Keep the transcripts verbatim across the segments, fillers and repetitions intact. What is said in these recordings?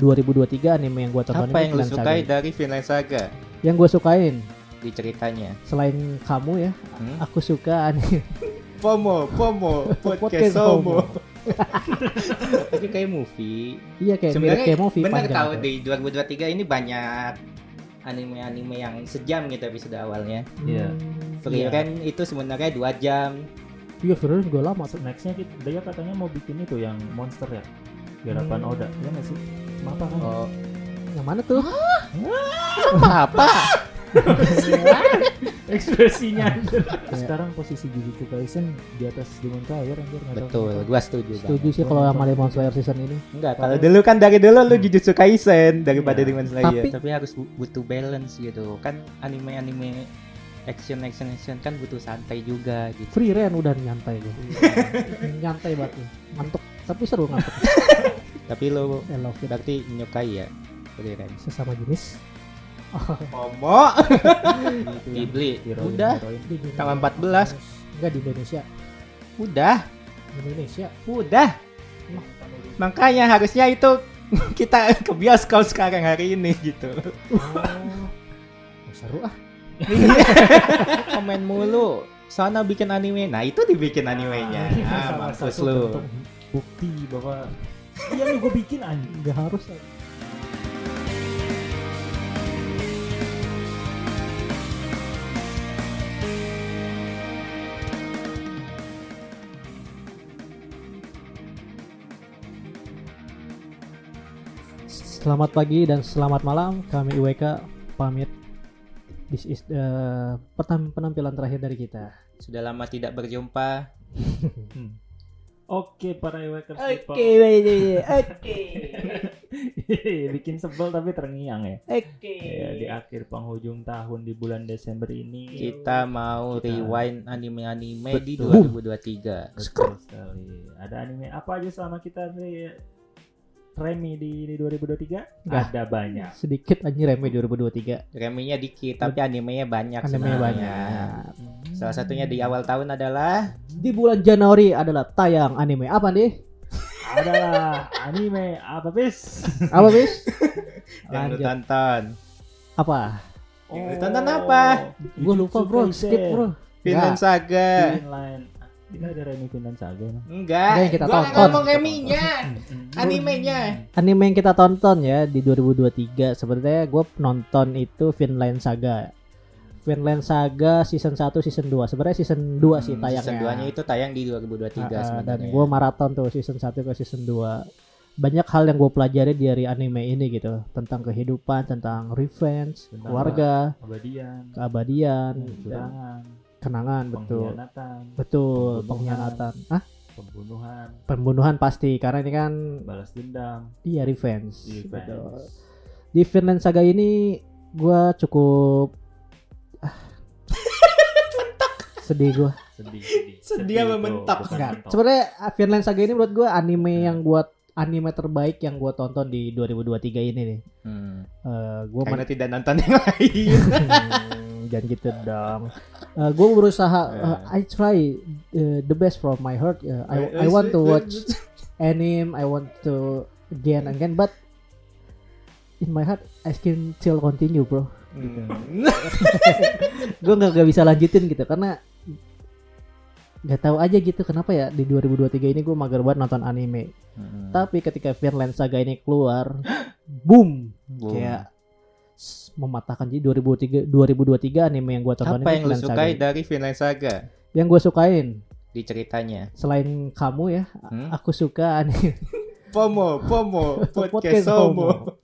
dua ribu dua puluh tiga anime yang gue tonton. Apa yang lu sukai dari Vinland Saga? Yang gue sukain di ceritanya, selain kamu ya, hmm? aku suka anime Pomo, Pomo, podcast Somo. Tapi kayak movie. Iya kayak mirip kayak movie. Bener tahu di dua ribu dua puluh tiga ini banyak anime-anime yang sejam gitu episode awalnya. Iya. Hmm, Frieren iya. itu sebenarnya dua jam. Iya Frieren juga lama. Nextnya dia katanya mau bikin itu yang monster ya, garapan hmm. Oda, ya nggak sih? Apa kan? Oh, yang mana tuh? Apa? Ekspresinya. Sekarang posisi Jujutsu Kaisen di atas Demon Slayer anjir. Betul, gua setuju. Setuju sih kalau sama Demon Slayer season ini. Enggak, kalau dulu kan dari dulu lu Jujutsu Kaisen daripada ya. Demon Slayer. Tapi, tapi harus butuh balance gitu. Kan anime-anime action action action kan butuh santai juga gitu. Frieren udah nyantai gue. Nyantai banget nih. Ngantuk, tapi seru ngantuk. Tapi lo berarti menyukai ya Frieren. Sesama jenis. Momo Ghibli udah tanggal empat belas. Enggak di Indonesia. Udah Di Indonesia udah oh. Makanya harusnya itu kita ke bioskop sekarang hari ini gitu. Oh, seru ah. Komen mulu sana bikin anime. Nah itu dibikin animenya. Ah, mampus lu. Bukti bahwa iya nih gue bikin anime. Gak harus aja. Selamat pagi dan selamat malam. Kami I W K pamit. This is uh, penampilan terakhir dari kita. Sudah lama tidak berjumpa. Oke para I W K. Oke, oke. Bikin sebel tapi terngiang ya. Oke. Ya, di akhir penghujung tahun di bulan Desember ini kita mau kita rewind anime-anime betul. Di dua ribu dua puluh tiga. Betul sekali. Ada anime apa aja selama kita nih Remi di, di dua ribu dua puluh tiga? Gak ada banyak. Sedikit aja Remi dua ribu dua puluh tiga. Reminya dikit, tapi animenya banyak. Animenya banyak. Salah satunya di awal tahun adalah di bulan Januari adalah tayang anime apa nih? Adalah anime apa bis? Apa bis? Yang lu tonton. Apa? Oh, yang lu tonton apa? Gue lupa bro, skip bro. Vinland Saga. Vinland. Kita ada Remi Vinland Saga emang? Enggak, yang kita gua tonton. ngomong Reminya, animenya. Anime yang kita tonton ya di dua ribu dua puluh tiga. Sebenarnya gue nonton itu Vinland Saga. Vinland Saga season satu, season dua. Sebenarnya season dua hmm, sih tayangnya. Season dua-nya itu tayang di dua ribu dua puluh tiga uh, sebenarnya. Dan gue maraton tuh season satu ke season dua. Banyak hal yang gue pelajari dari anime ini gitu. Tentang kehidupan, tentang revenge, tentang keluarga, keabadian, keabadian, kecurangan, kenangan, betul. Pengkhianatan. Betul, pengkhianatan. Hah? Pembunuhan. Pembunuhan pasti karena ini kan balas dendam. Iya, revenge. Revenge. Betul. Di Vinland Saga ini gua cukup ah. sedih gua. Sedih, sedih. Sedih apa mentok? Enggak. Sebenarnya Vinland Saga ini menurut gua anime hmm. yang gua anime terbaik yang gua tonton di dua ribu dua puluh tiga ini nih. Hmm. Uh, gua Karena men- tidak nonton yang lain. Jangan gitu dong. Uh, gue berusaha. Uh, I try uh, the best from my heart. Uh, I I want to watch anime. I want to again and again. But in my heart, I can still continue, bro. Hmm. Gue nggak nggak bisa lanjutin gitu karena nggak tahu aja gitu kenapa ya di dua ribu dua puluh tiga ini gue mager banget nonton anime. Hmm. Tapi ketika Vinland Saga ini keluar, boom, boom. Kayak mematahkan. Jadi dua ribu dua puluh tiga anime yang gue tonton. Apa yang lu sukai dari Vinland Saga? Yang gue sukain di ceritanya, selain kamu ya, hmm? aku suka anime Pomo, Pomo, podcast Somo.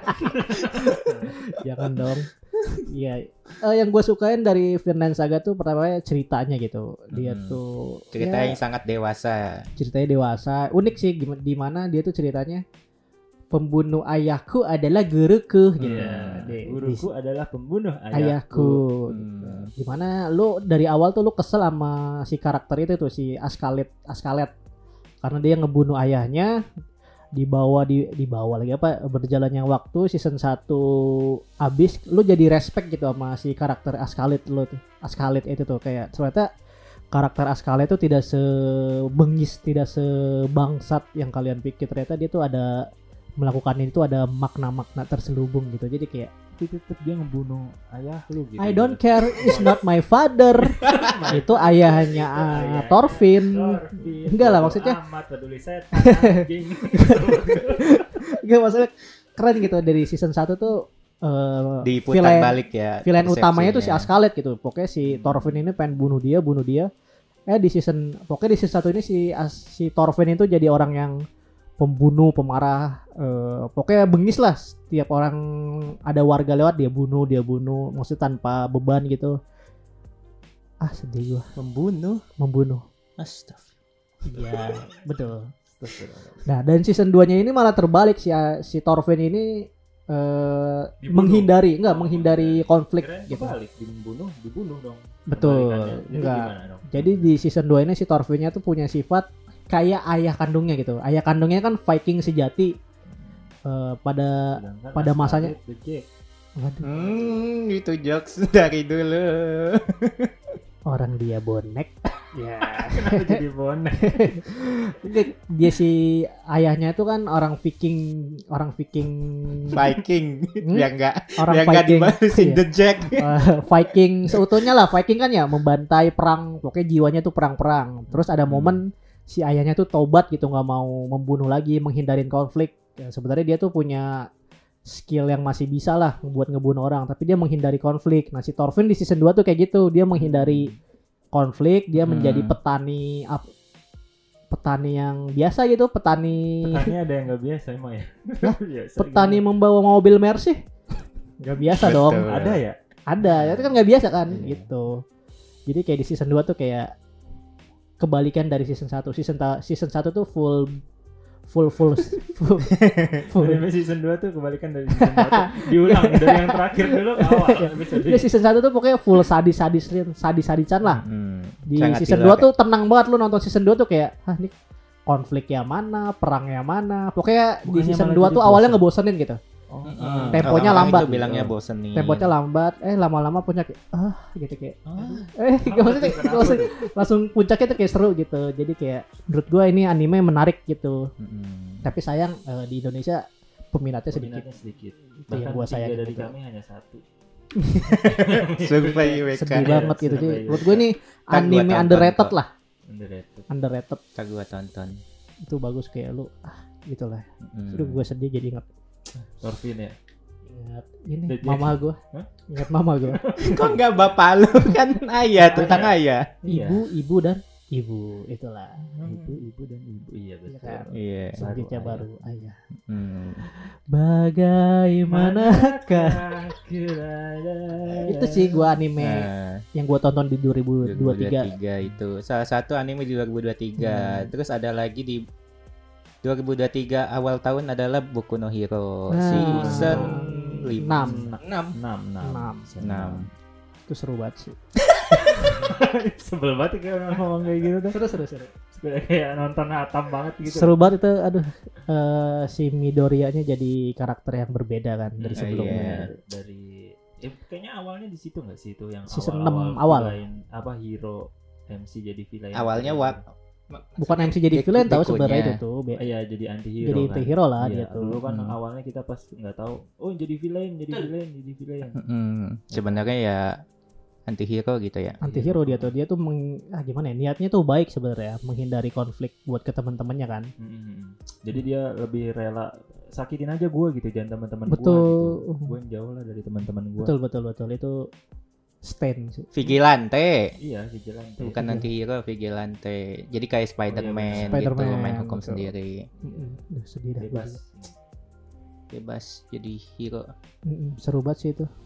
Jangan dong. Iya, uh, yang gue sukain dari Vinland Saga tuh pertama ceritanya gitu. Dia hmm. tuh cerita ya, yang sangat dewasa. Ceritanya dewasa, unik sih di mana dia tuh ceritanya pembunuh ayahku adalah guruku gitu. Yeah. Guruku di, adalah pembunuh ayahku. ayahku hmm. gitu. Dimana lu dari awal tuh lu kesel sama si karakter itu tuh si Askalet, Askalet. Karena dia ngebunuh ayahnya, dibawa di dibawa lagi apa berjalannya waktu season satu habis lu jadi respect gitu sama si karakter Askalet lu tuh. Askalet itu tuh kayak ternyata karakter Askalet itu tidak sebengis, tidak sebangsat yang kalian pikir. Ternyata dia tuh ada melakukan itu ada makna-makna terselubung gitu. Jadi kayak Tapi tetap dia ngebunuh ayah lu gitu. I don't care, it's not my father. Itu ayahnya uh, Ayah, Thorfinn. Thorfinn. Enggak lah, Bodo maksudnya- amat peduli setan anjing. Enggak, maksudnya keren gitu dari season satu tuh uh, Diputar villain- balik ya. villain utamanya tuh si persepsinya. Askalet gitu. Pokoknya si Thorfinn ini pengen bunuh dia, bunuh dia. Eh di season pokoknya di season satu ini si As- si Thorfinn itu jadi orang yang pembunuh, pemarah, eh, pokoknya bengis lah. Setiap orang ada warga lewat dia bunuh, dia bunuh, maksudnya tanpa beban gitu. Ah sedih gua, Membunuh. membunuh. Astagfirullah. Iya, betul. Nah, dan season dua-nya ini malah terbalik si si Thorfinn ini eh, Dibunuh. menghindari, enggak menghindari konflik Kirain gitu. kebalik, dibunuh, dibunuh dong. Betul. Kebalikannya. Jadi Enggak. gimana dong? Jadi di season dua ini si Thorfinn-nya tuh punya sifat kayak ayah kandungnya gitu. Ayah kandungnya kan Viking sejati. Eh, pada Sedangkan pada Askalit masanya- the Jack. waduh, Hmm, itu jokes dari dulu. orang dia bonek. Ya. Kenapa jadi bonek? Dia si ayahnya itu kan orang Viking, orang Viking Viking. Hmm? Yang enggak orang yang enggak Viking. dibalesin Iya. The Jack. Eh, Viking seutuhnya lah. Viking kan ya membantai perang, pokoknya jiwanya tuh perang-perang. Terus ada momen si ayahnya tuh tobat gitu, nggak mau membunuh lagi, menghindarin konflik. Ya, sebenarnya dia tuh punya skill yang masih bisa lah buat ngebunuh orang, tapi dia menghindari konflik. Nah si Thorfinn di season dua tuh kayak gitu, dia menghindari konflik, dia Hmm. menjadi petani ap- petani yang biasa gitu, petani Petani ada yang nggak biasa emang ya? Ya, sering petani banget. membawa mobil Mercy. Nggak biasa Betul. dong. Ada ya? Ada, itu kan nggak biasa kan Iya. gitu. Jadi kayak di season dua tuh kayak kebalikan dari season satu. Season ta- season satu tuh full full full full, full. Anime season dua tuh kebalikan dari season satu. Diulang dari yang terakhir dulu ke awal. episode Dia season satu tuh pokoknya full sadis-sadis sadis-sadisan lah. Hmm, Di sangat season gila, dua Kak. tuh tenang banget, lu nonton season dua tuh kayak, "Hah, ini konfliknya mana, perangnya mana." Pokoknya di Bukannya season malah dua jadi tuh awalnya bosan. ngebosenin gitu. Oh, Hmm, Temponya orang-orang lambat itu bilangnya gitu. bosenin. Temponya lambat, eh lama-lama punya kayak ah gitu kayak Ah. eh gak maksudnya Kenapa langsung, tuh? langsung puncaknya tuh kayak seru gitu. Jadi kayak menurut gua ini anime menarik gitu. Hmm. Tapi sayang eh, di Indonesia peminatnya sedikit. Peminatnya sedikit. Itu yang Bahkan gua tiga sayangin dari gitu. kami hanya satu. Survei W K. Sedih Iya, banget gitu. Jadi survei. menurut gua ini Kan gua anime tonton underrated kok. lah. Underrated. Underrated Kita gua tonton. itu bagus kayak lu ah gitu lah. Hmm. Aduh gua sedih jadi ingat Thorfinn ya. ingat ini The Jack. mama gua. Hah? Ingat mama gua. Kok enggak bapak lu kan ayah, tentang ayah. Iya. Ibu, ibu dan ibu itulah. Ibu, ibu dan ibu. Iya betul. kan? Iya. Selanjutnya Baru baru ayah. Hmm. Bagaimanakah Kiranya. itu sih gua anime Nah, yang gua tonton di dua ribu dua puluh tiga. dua ribu dua puluh tiga itu salah satu anime di dua ribu dua puluh tiga. Hmm. Terus ada lagi di dua ribu dua puluh tiga awal tahun adalah Boku no Hero Nah. season lima. enam. enam. enam enam Enam. enam. Itu seru banget sih. Sebel banget kayak orang ngomong kayak gitu tuh. Seru seru seru. Kayak nonton Atam banget gitu. Seru banget itu, aduh. eh, si Midoriya-nya jadi karakter yang berbeda kan dari Hmm, sebelumnya. iya. Dari eh, kayaknya awalnya di situ nggak sih itu yang Season awal-awal enam awal. villain, apa hero M C jadi villain. Awalnya wa- Bukan M C jadi Deku- villain tahu Dekunya. sebenarnya itu tuh. Be- Iya jadi anti hero. jadi kan. anti-hero lah Iya, dia tuh. dulu kan Hmm. awalnya kita pas nggak tahu. Oh jadi villain, jadi villain, jadi villain. Hmm, sebenarnya ya anti hero gitu ya. Anti-hero dia tuh. Dia tuh meng, ah gimana ya? Niatnya tuh baik sebenarnya, menghindari konflik buat ke teman-temannya kan. Mm-mm. Jadi dia lebih rela sakitin aja gue gitu, jangan teman-teman gue Betul. gitu. Gue yang jauh lah dari teman-teman gue. Betul betul betul itu stand sih. Vigilante. Iya, vigilante. Bukan anti hero, vigilante. Jadi kayak Spider-Man, Spider-Man, gitu, main hukum betul. sendiri. Mm-mm. Duh, sedih dah. Bebas. Bebas jadi hero. Mm-mm, seru banget sih itu.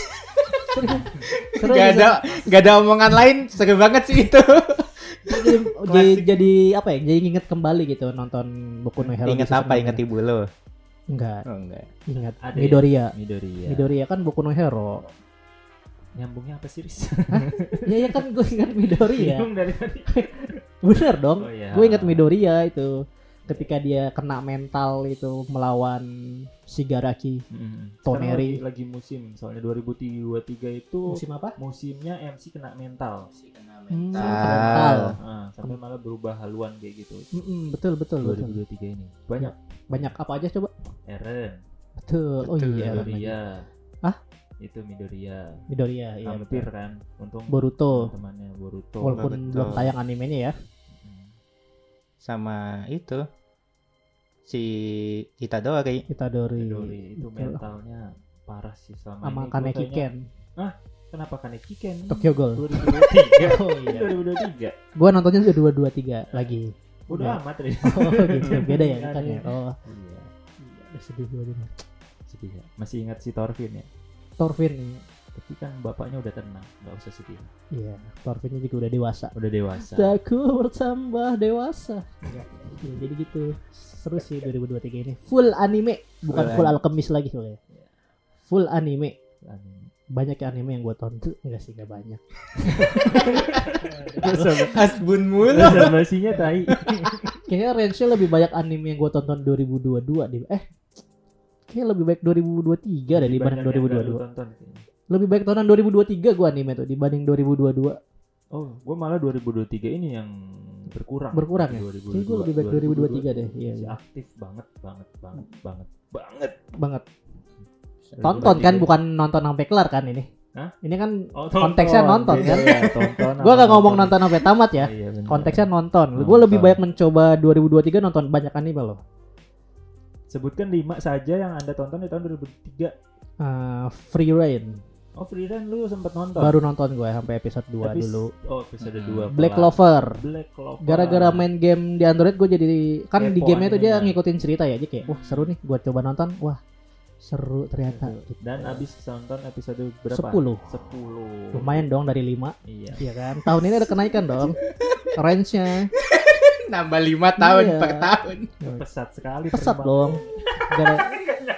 seru, Gak ada gak ada omongan lain, seru banget sih itu. jadi, jadi, jadi apa ya? Jadi inget kembali gitu nonton Boku no Hero. di Ingat season apa? enam Ingat ya. ibu lo? Enggak, Oh enggak. ingat Ada ya? Midoriya. Midoriya. Midoriya kan Boku no Hero. Nyambungnya apa sih, Riz? Ya ya kan gue ingat Midoriya. Bingung dari tadi. Bener dong. Oh, iya. Gue ingat Midoriya itu. ketika dia kena mental itu melawan Shigaraki Mm-hmm. Toneri. Lagi, lagi musim, soalnya dua ribu dua puluh tiga itu musim apa? musimnya M C kena mental. Hmm, mental. mental. Nah, sampai malah berubah haluan kayak gitu. Mm-mm, betul betul dua betul. ribu dua puluh tiga ini banyak. Banyak apa aja coba? Eren, Betul. Oh Betul. iya. lagi. Midoriya. Hah? Itu Midoriya. Midoriya, iya Hampir betul. kan. Untung Boruto. temannya Boruto. Walaupun Betul. belum tayang animenya ya. Hmm. Sama itu si Itadori. Itadori. Midori itu Betul. mentalnya parah sih selama Sama ini. Kaneki Gua kayaknya- Ken. Kenapa Kaneki Ken? Tokyo Ghoul. dua ribu dua puluh tiga. Oh iya. dua ribu dua puluh tiga. Gua nontonnya udah dua dua tiga lagi. Udah Udah. amat tadi. Oh gitu. Beda ya Nggak bukan ada. ya. Oh. Iya. Udah sedih gua dulu. Sedih ya. Masih ingat si Thorfinn ya? Thorfinn nih. Tapi kan bapaknya udah tenang, nggak usah sedih. Iya, Thorfinnnya juga udah dewasa. Udah dewasa. Aku bertambah dewasa. Ya, jadi gitu. Seru sih dua ribu dua puluh tiga ini. Full anime, bukan Full full anime. alkemis lagi soalnya. Full anime. Anime. Banyak ya anime yang gue tonton. Enggak sih, enggak banyak. Asbun mulu. Bahasa basinya tai. Kayaknya range-nya lebih banyak anime yang gue tonton dua ribu dua puluh dua di eh kayaknya lebih baik dua ribu dua puluh tiga deh dibanding dua ribu dua puluh dua. Tonton, kayaknya. Lebih baik tonton dua ribu dua puluh tiga gue anime tuh dibanding dua ribu dua puluh dua. Oh, gue malah dua ribu dua puluh tiga ini yang berkurang. Berkurang ya? dua ribu dua puluh dua. Kayaknya gue lebih baik dua ribu dua puluh tiga deh. Iya, Masih iya. aktif banget, banget, banget, banget, banget. Banget. Tonton kan bukan nonton sampai kelar kan ini. Hah? Ini kan Oh, konteksnya nonton Beda kan. ya, tonton. Gue gak ngomong nonton sampai tamat ya. Oh, iya, bener. Konteksnya nonton. Gue Nonton. lebih banyak mencoba dua ribu dua puluh tiga nonton banyak anime loh. Sebutkan lima saja yang Anda tonton di tahun dua ribu tiga. Uh, Free Reign. Oh, Free Reign lu sempet nonton? Baru nonton gue sampai episode dua Epis- dulu. Oh, episode Hmm. dua. Black kelar. Clover. Black Clover. Gara-gara main game di Android gue jadi kan di Kepo gamenya tuh dia animenya. ngikutin cerita ya. Jadi kayak wah seru nih. Gue coba nonton. Wah seru ternyata. Gitu. Dan abis nonton episode berapa? sepuluh. sepuluh. Lumayan dong dari lima. Iya. Iya kan. Tahun ini ada kenaikan dong. Range-nya. Nambah lima tahun Iya. per tahun. Pesat sekali. Pesat terbang. dong. Gara-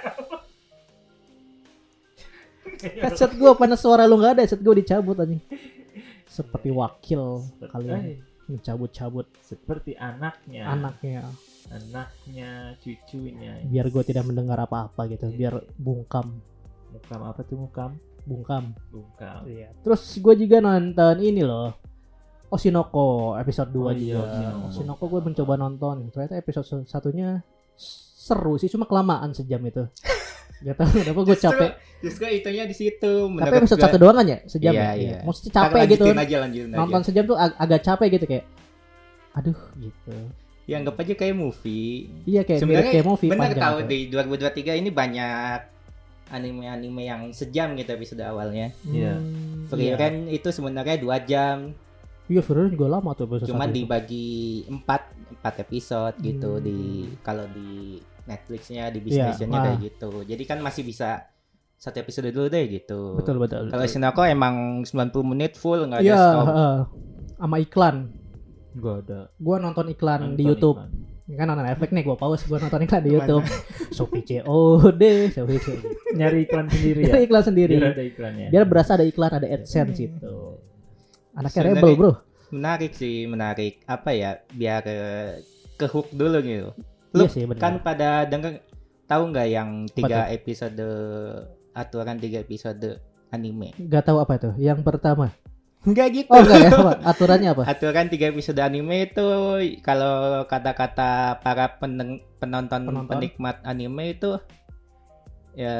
Headset gue panas suara lu nggak ada, headset gue dicabut anjing. Seperti wakil kalian Eh, mencabut-cabut seperti anaknya. anaknya Anaknya, cucunya. biar gue tidak mendengar apa-apa gitu, biar bungkam, Mukam apa tuh mukam? bungkam. Bungkam. Iya. Terus gue juga nonton ini loh. Oshinoko episode dua Oh iya, juga. Oshinoko. Oshinoko gue mencoba nonton. Ternyata episode satunya seru sih, cuma kelamaan sejam itu. Gak tau kenapa gue Justru- capek. Justru itunya di situ. Tapi menurut episode gua. satu doang kan ya sejam Iya, ya. iya. Maksudnya Ntar capek gitu. lanjutin aja, lanjutin Nonton aja. sejam tuh ag- agak capek gitu kayak. Aduh gitu. Ya anggap aja kayak movie. Iya kayak mirip Sebenarnya kayak movie bener panjang tahu gitu. di dua ribu dua puluh tiga ini banyak anime-anime yang sejam gitu episode awalnya. Iya. Hmm, Free iya. Reign itu sebenarnya dua jam, Iya Free Reign juga lama tuh episode cuman satu itu. dibagi empat empat episode gitu Hmm. di kalau di Netflixnya, di Iya, Bisnisnya ah. kayak gitu. Jadi kan masih bisa satu episode dulu deh gitu. Betul betul. Kalau betul. Shinoko emang sembilan puluh menit full nggak ada Iya, stop. heeh. Sama iklan. Gak ada. Gua nonton iklan Nonton di YouTube. iklan. Kan nonton efek nih, gua pause gua nonton iklan di YouTube. Shopee C O D, Shopee C O D. Nyari iklan sendiri ya. Biar iklan sendiri. Biar ada iklannya. Biar berasa ada iklan, ada AdSense gitu. Anaknya Sebenarnya- rebel, Bro. Menarik sih, menarik. Apa ya? Biar eh, ke hook dulu gitu. Lu Iya sih, benar. kan pada denger tahu nggak yang tiga episode aturan tiga episode anime? Gak tahu apa itu. Yang pertama. Enggak gitu. Oh enggak ya, apa? Aturannya apa? Aturan tiga episode anime itu kalau kata-kata para peneng- penonton, Penonton. penikmat anime itu ya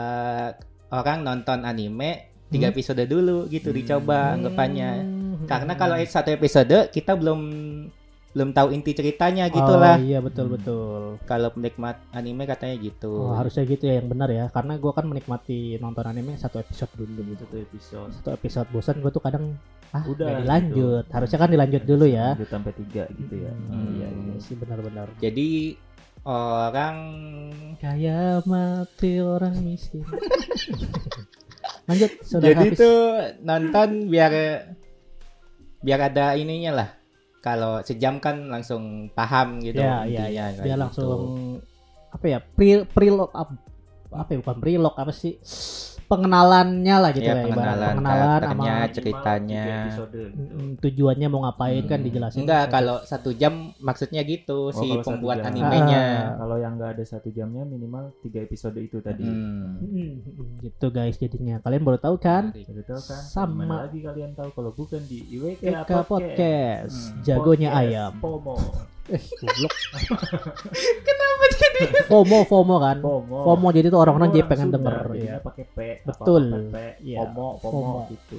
orang nonton anime tiga Hmm. episode dulu gitu Hmm. dicoba anggapannya. Hmm. Karena kalau satu episode kita belum belum tahu inti ceritanya Oh, gitulah. iya betul betul. Kalau penikmat anime katanya gitu. Oh, harusnya gitu ya yang benar ya. Karena gua kan menikmati nonton anime satu episode dulu gitu. Satu episode. Satu episode bosan gua tuh kadang ah Udah, nggak dilanjut. gitu. Harusnya kan dilanjut dulu ya. Lanjut sampai tiga gitu ya. Hmm, Oh, iya, iya, iya. sih benar-benar. Jadi orang Kayak mati orang miskin. Lanjut, sudah jadi habis. tuh nonton biar biar ada ininya lah. Kalau sejam kan langsung paham gitu. Ya, ya, intinya, ya. kayak Dia gitu. langsung apa ya? Pre preload up. Apa ya bukan preload apa sih? pengenalannya lah gitu Ya, ya, ibarat pengenalan, pengenalan karakternya, sama ceritanya. Tiga episode gitu. mm, tujuannya mau ngapain kan Hmm. dijelasin. Enggak, kalau satu jam maksudnya gitu Oh, si kalau satu pembuat jam. animenya. Ah. Kalau yang nggak ada satu jamnya minimal tiga episode itu tadi. Hmm. Mm, gitu guys jadinya. Kalian baru tahu kan? Jadi tahu kan? Sama. Mana lagi kalian tahu kalau bukan di I W K Eka Podcast. Podcast, Hmm. jagonya Podcast ayam. FOMO. Eh, goblok. Kenapa jadi FOMO, FOMO kan? FOMO. FOMO jadi tuh orang-orang jadi pengen Sunda, denger jadinya ya. pakai P. Betul. apa-apa P, Iya. FOMO, FOMO, FOMO. gitu.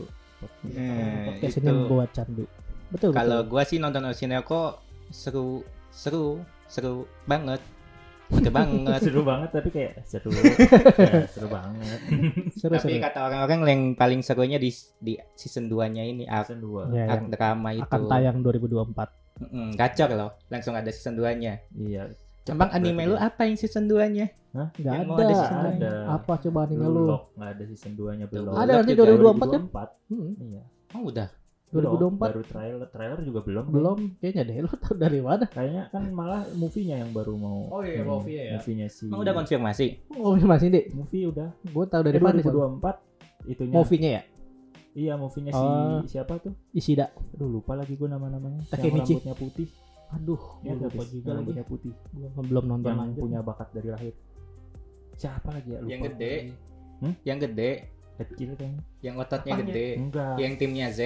Eh, Podcast itu. ini membuat candu. Betul, Kalau betul. gua sih nonton Oshinoko seru, seru, seru banget. Seru banget. Seru banget tapi kayak seru. Ya, seru banget. Seru, Tapi seru. kata orang-orang yang paling serunya di di season dua-nya ini arc, Season dua. Ya, arc yang drama itu. akan tayang dua ribu dua puluh empat. Mm-mm, gacor loh, langsung ada season dua-nya. Iya. Emang anime lu apa yang season dua-nya? Enggak Yang mau ada. ada season dua-nya. Ada. Apa coba anime Blue lu? Lock nggak ada season dua-nya belum. Blue Ada Lock nanti juga dua ribu dua puluh empat kan? dua ribu dua puluh empat. Hmm, Iya. Oh udah. dua ribu dua puluh empat Baru trailer, trailer juga belum. belum kayaknya deh. Lu tahu dari mana? Kayaknya kan malah movie-nya yang baru mau. Oh iya, ini, movie-nya ya. Movie-nya si. Emang udah konfirmasi? Oh, masih deh. Movie udah. Gue tahu dari Eh, mana? dua ribu dua puluh empat itunya. Movie-nya ya? Iya, movie-nya Oh. si siapa tuh? Ishida. Aduh, lupa lagi gue nama-namanya. Yang Takemichi. rambutnya putih. Aduh, Iya, gue lupa Des. juga Yang lagi. rambutnya putih. Gua belum nonton Yang lanjut. punya bakat dari lahir. Siapa lagi ya? Lupa. Yang gede. Hmm? Yang gede, Kecil kayaknya. yang ototnya Apanya? gede, Enggak. yang timnya Z,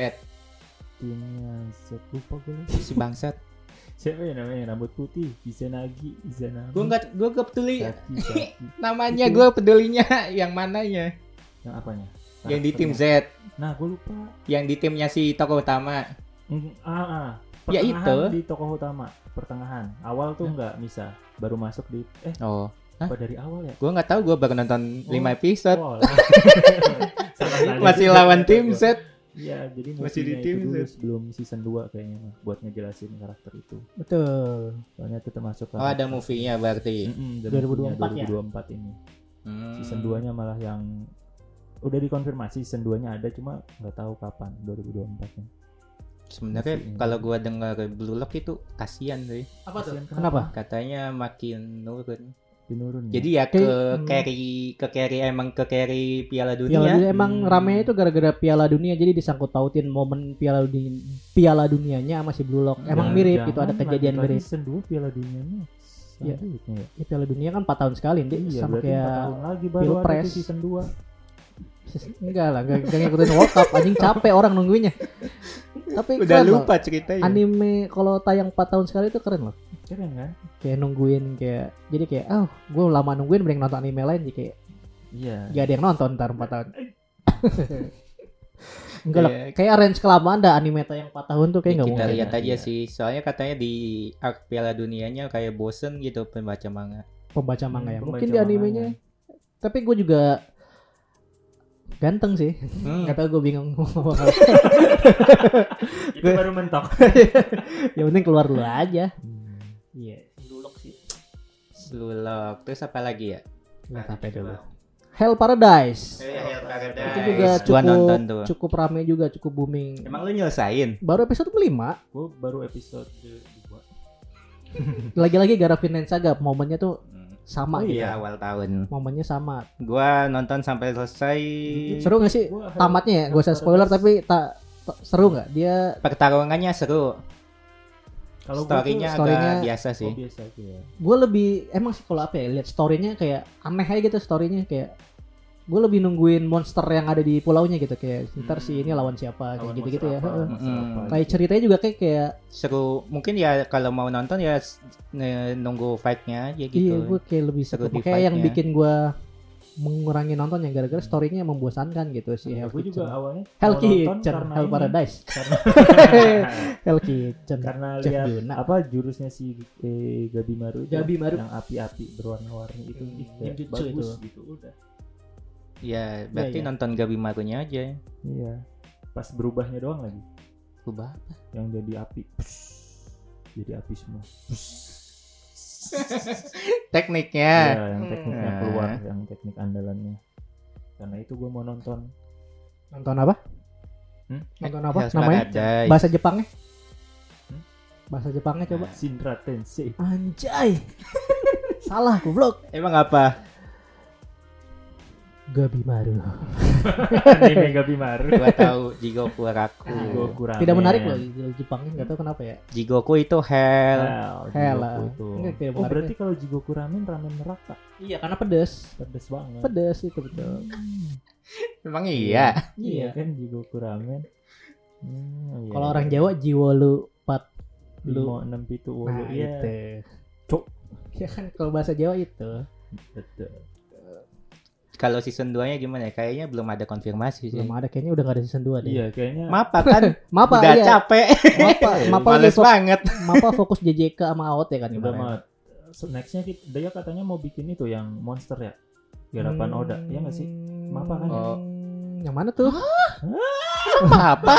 Timnya Z lupa gue. si bangsat. Siapa ya namanya? Rambut putih. Izanagi, Izanagi. Gue nggak, gue nggak peduli Zaki, Zaki. namanya, Itu. gue pedulinya yang mananya, Yang apanya? yang di tim Karakternya. Z, Nah, gue lupa. yang di timnya si tokoh utama. Mm, Ah, ah. Ya Pertengahan itu. di tokoh utama, pertengahan. Awal tuh nggak bisa, baru masuk di eh Oh, Hah? apa dari awal ya? gue nggak tahu, gue baru nonton Oh. lima episode. Oh, lah. Salah nanya Masih juga lawan ternyata tim gua. Z. Iya, jadi Masih di movie-nya tim itu dulu Z. sebelum season dua kayaknya mah, buat ngejelasin karakter itu. Betul. Soalnya itu termasuk Oh, ada movie-nya berarti. Mm-mm, ada dua ribu dua puluh movie-nya empat ya? dua ribu dua puluh empat ini. Hmm. Season dua-nya malah yang udah dikonfirmasi season dua-nya ada, cuma nggak tahu kapan dua ribu dua puluh empat-nya. Sebenarnya Masih ini. kalau gue dengar Blue Lock itu kasihan sih. Apa tuh? Kasian Kenapa? Katanya makin nurun. Dinurun. Jadi ya Kayak- ke hmm. carry ke carry emang ke carry Piala Piala Dunia. Dunia emang Hmm. rame itu gara-gara Piala Dunia jadi disangkut pautin momen Piala Dunia Piala Dunianya sama si Blue Lock. Emang Jangan- mirip itu ada jangan kejadian lanjut lagi mirip. Season dua Piala Dunianya. Iya. Selanjutnya ya. Ya, Piala Dunia kan empat tahun sekali, Dik. Iya, Sama berarti empat kayak tahun lagi baru ada Pilpres. tuh season dua. enggak lah, enggak, enggak ngikutin World Cup, anjing capek orang nungguinnya. Tapi Udah keren loh. lupa ceritanya. Anime kalau tayang empat tahun sekali itu keren loh. Keren kan? Kayak nungguin kayak jadi kayak oh, gue lama nungguin mending nonton anime lain jadi kayak Iya. gak ada yang nonton ntar empat tahun. Enggak lah, Iya. kayak range kelamaan dah anime tayang empat tahun tuh kayak Ya, enggak kita mungkin. lihat aja Iya. sih. Soalnya katanya di arc Piala Dunianya kayak bosen gitu pembaca manga. Pembaca manga ya. Hmm, Mungkin pembaca di animenya. Tapi gue juga ganteng sih. Hmm. Gak tau gue bingung. Itu baru mentok. Ya penting keluar dulu aja. Hmm. Iya, dulu sih. Blue Lock. Terus apa lagi ya? Nggak sampai dulu. Hell Paradise. Itu juga Gua cukup nonton tuh. cukup rame juga, cukup booming. Emang lu nyelesain? Baru episode kelima. Gue baru episode dua. Lagi-lagi gara Vinland Saga, momennya tuh sama Oh gitu. Iya, awal tahun. Momennya sama. Gua nonton sampai selesai. Seru gak sih Gua Hell- tamatnya ya? Gak usah Hell spoiler Paradise. tapi tak tak- seru nggak? Dia Pertarungannya seru. Kalau gua tuh- Story-nya story-nya- agak biasa Oh, sih. biasa aja ya. gue lebih emang sih kalau apa ya lihat storynya kayak aneh aja gitu storynya kayak gue lebih nungguin monster yang ada di pulaunya gitu kayak ntar si ini lawan siapa kayak Lawan gitu-gitu ya. monster apa, Heeh. monster Mm-mm. apa Kayak gitu. ceritanya juga kayak kayak Seru. Mungkin ya kalau mau nonton ya s- nge- nunggu fight-nya aja gitu. iya gue kayak lebih Seru suka di kayak yang fight-nya. bikin gue mengurangi nontonnya gara-gara storynya membosankan gitu si Hell Gue juga Kitchen. awalnya Hell mau nonton Kitchen, karena Hell ini, Paradise, karena Hell Kitchen. karena Chef lihat Yuna. apa jurusnya si eh, Gabi Maru itu, Gabi Maru. yang api-api berwarna-warni itu Hmm, ih, kayak ninjutsu bagus itu. gitu udah. Ya, berarti iya. nonton Gabi Marunya aja. Iya. Pas berubahnya doang lagi Ubah apa? yang jadi api. Jadi api semua. Tekniknya. Iya, yang tekniknya Hmm. keluar, yang teknik andalannya. Karena itu gue mau nonton. Nonton apa? Hmm? Nonton apa? Hell's Namanya? Paradise. Bahasa Jepangnya? Hmm? Bahasa Jepangnya coba. Shinra Tensei. Anjay. Salah goblok. Emang apa? Gabimaru. Anime Gabimaru. Gua tahu Jigoku Raku. Jigoku Ramen. Tidak menarik loh di Jepang, nggak tahu kenapa ya. Jigoku itu hell. Hell, Hell, Jigoku ah. itu. Enggak, tidak Oh menarik berarti kalau Jigoku Ramen ramen neraka. Iya, karena pedes. Pedes banget. Pedes itu betul. Memang iya. Iya kan Jigoku Ramen. Hmm, iya. Kalau orang Jawa Jiwolu Pat lima lu. enam pitu Nah, wolu iya. itu. Cuk. Ya kan kalau bahasa Jawa itu. Betul. Kalau season dua-nya gimana ya? Kayaknya belum ada konfirmasi sih. Belum ada, kayaknya udah gak ada season dua deh. Iya kayaknya. Mapa kan Mapa udah iya. capek. Mapa, Mapa Males udah fo- banget. Mapa fokus J J K sama A O T kan Udah kemarin. mah. So, nextnya kita, dia katanya mau bikin itu yang monster ya. Garapan Hmm. Oda, iya nggak sih? Mapa kan? Oh. Yang mana tuh? Mapa?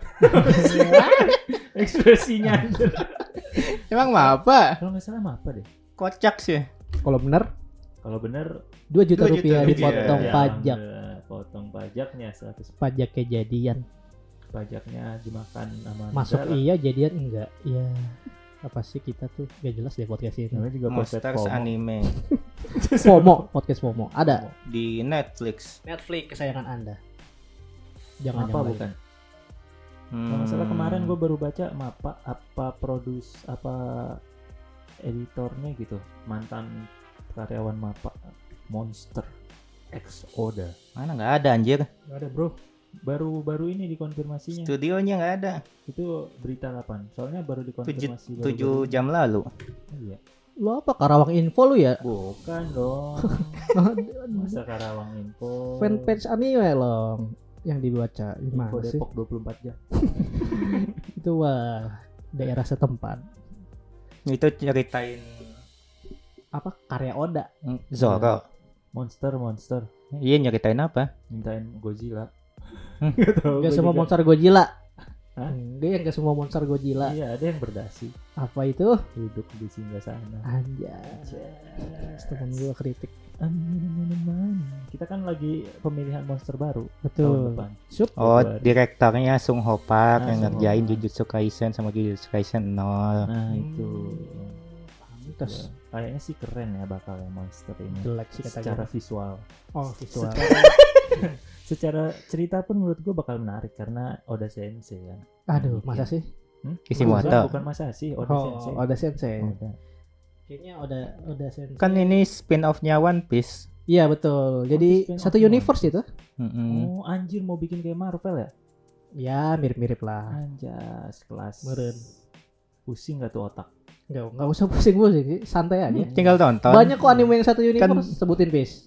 Ekspresinya. Emang Mapa? Kalau nggak salah Mapa deh. Kocak sih. Kalau benar Kalau bener dua juta dua juta rupiah rupiah. dipotong ya, pajak. enggak, potong pajaknya seratus Pajak kejadian. pajaknya dimakan sama Masuk negara. iya, jadian enggak. Ya apa sih kita tuh gak jelas deh podcast ini. Namanya juga podcast Monsters FOMO. anime FOMO, podcast FOMO. Ada di Netflix. Netflix kesayangan Anda. Jangan Apa yang lain. bukan? Hmm. Kalau nggak salah kemarin gue baru baca Mapa apa produs apa editornya gitu mantan karyawan Mapa Monster X Oda Mana nggak ada anjir. Gak ada, Bro. baru baru ini dikonfirmasinya Studionya nggak ada. itu berita kapan soalnya baru Tujuh, dikonfirmasi baru- tujuh baru- jam lalu. iya Lu apa Karawang Info lu ya? bukan dong masa Karawang Info Fanpage anime loh yang dibaca. Info Gimana sih? Depok dua puluh empat jam Itu wah daerah setempat. Itu ceritain Apa karya Oda? Zoro. monster monster Iya, nyeritain apa? mintain Godzilla Hmm. Nggak tahu, Gak gua semua juga. monster Godzilla. Hah? Enggak yang gak semua monster Godzilla. Iya ada yang berdasi Apa itu? duduk di singgah-sana. Anjay. Temen gue kritik. Amin. Kita kan lagi pemilihan monster baru tahun Betul. depan. Sup. Oh, Februari. direktornya Sung Ho Park Ah, yang Sung Ho ngerjain Park. Jujutsu Kaisen sama Jujutsu Kaisen nol. Nah itu Terus kayaknya sih keren ya bakal ya monster ini. jelek sih kata Secara gue. visual. Oh visual. Secara, secara cerita pun menurut gue bakal menarik karena Oda Sensei kan. Aduh, Bikin. masa sih? Hmm? Kishimoto. Bukan, bukan masa sih Oda Oh, Sensei. Oda Sensei. Oda. Kayaknya Oda Oda Sensei. Kan ini spin-off-nya One Piece. Iya betul. Jadi spin-off satu One universe itu. Mm-mm. Oh anjir mau bikin kayak Marvel ya? Ya mirip-mirip lah. Anjas kelas. Meren. Pusing gak tuh otak? Enggak, enggak usah pusing-pusing sih, santai aja. Tinggal tonton. Banyak kok anime yang satu universe, sebutin bis.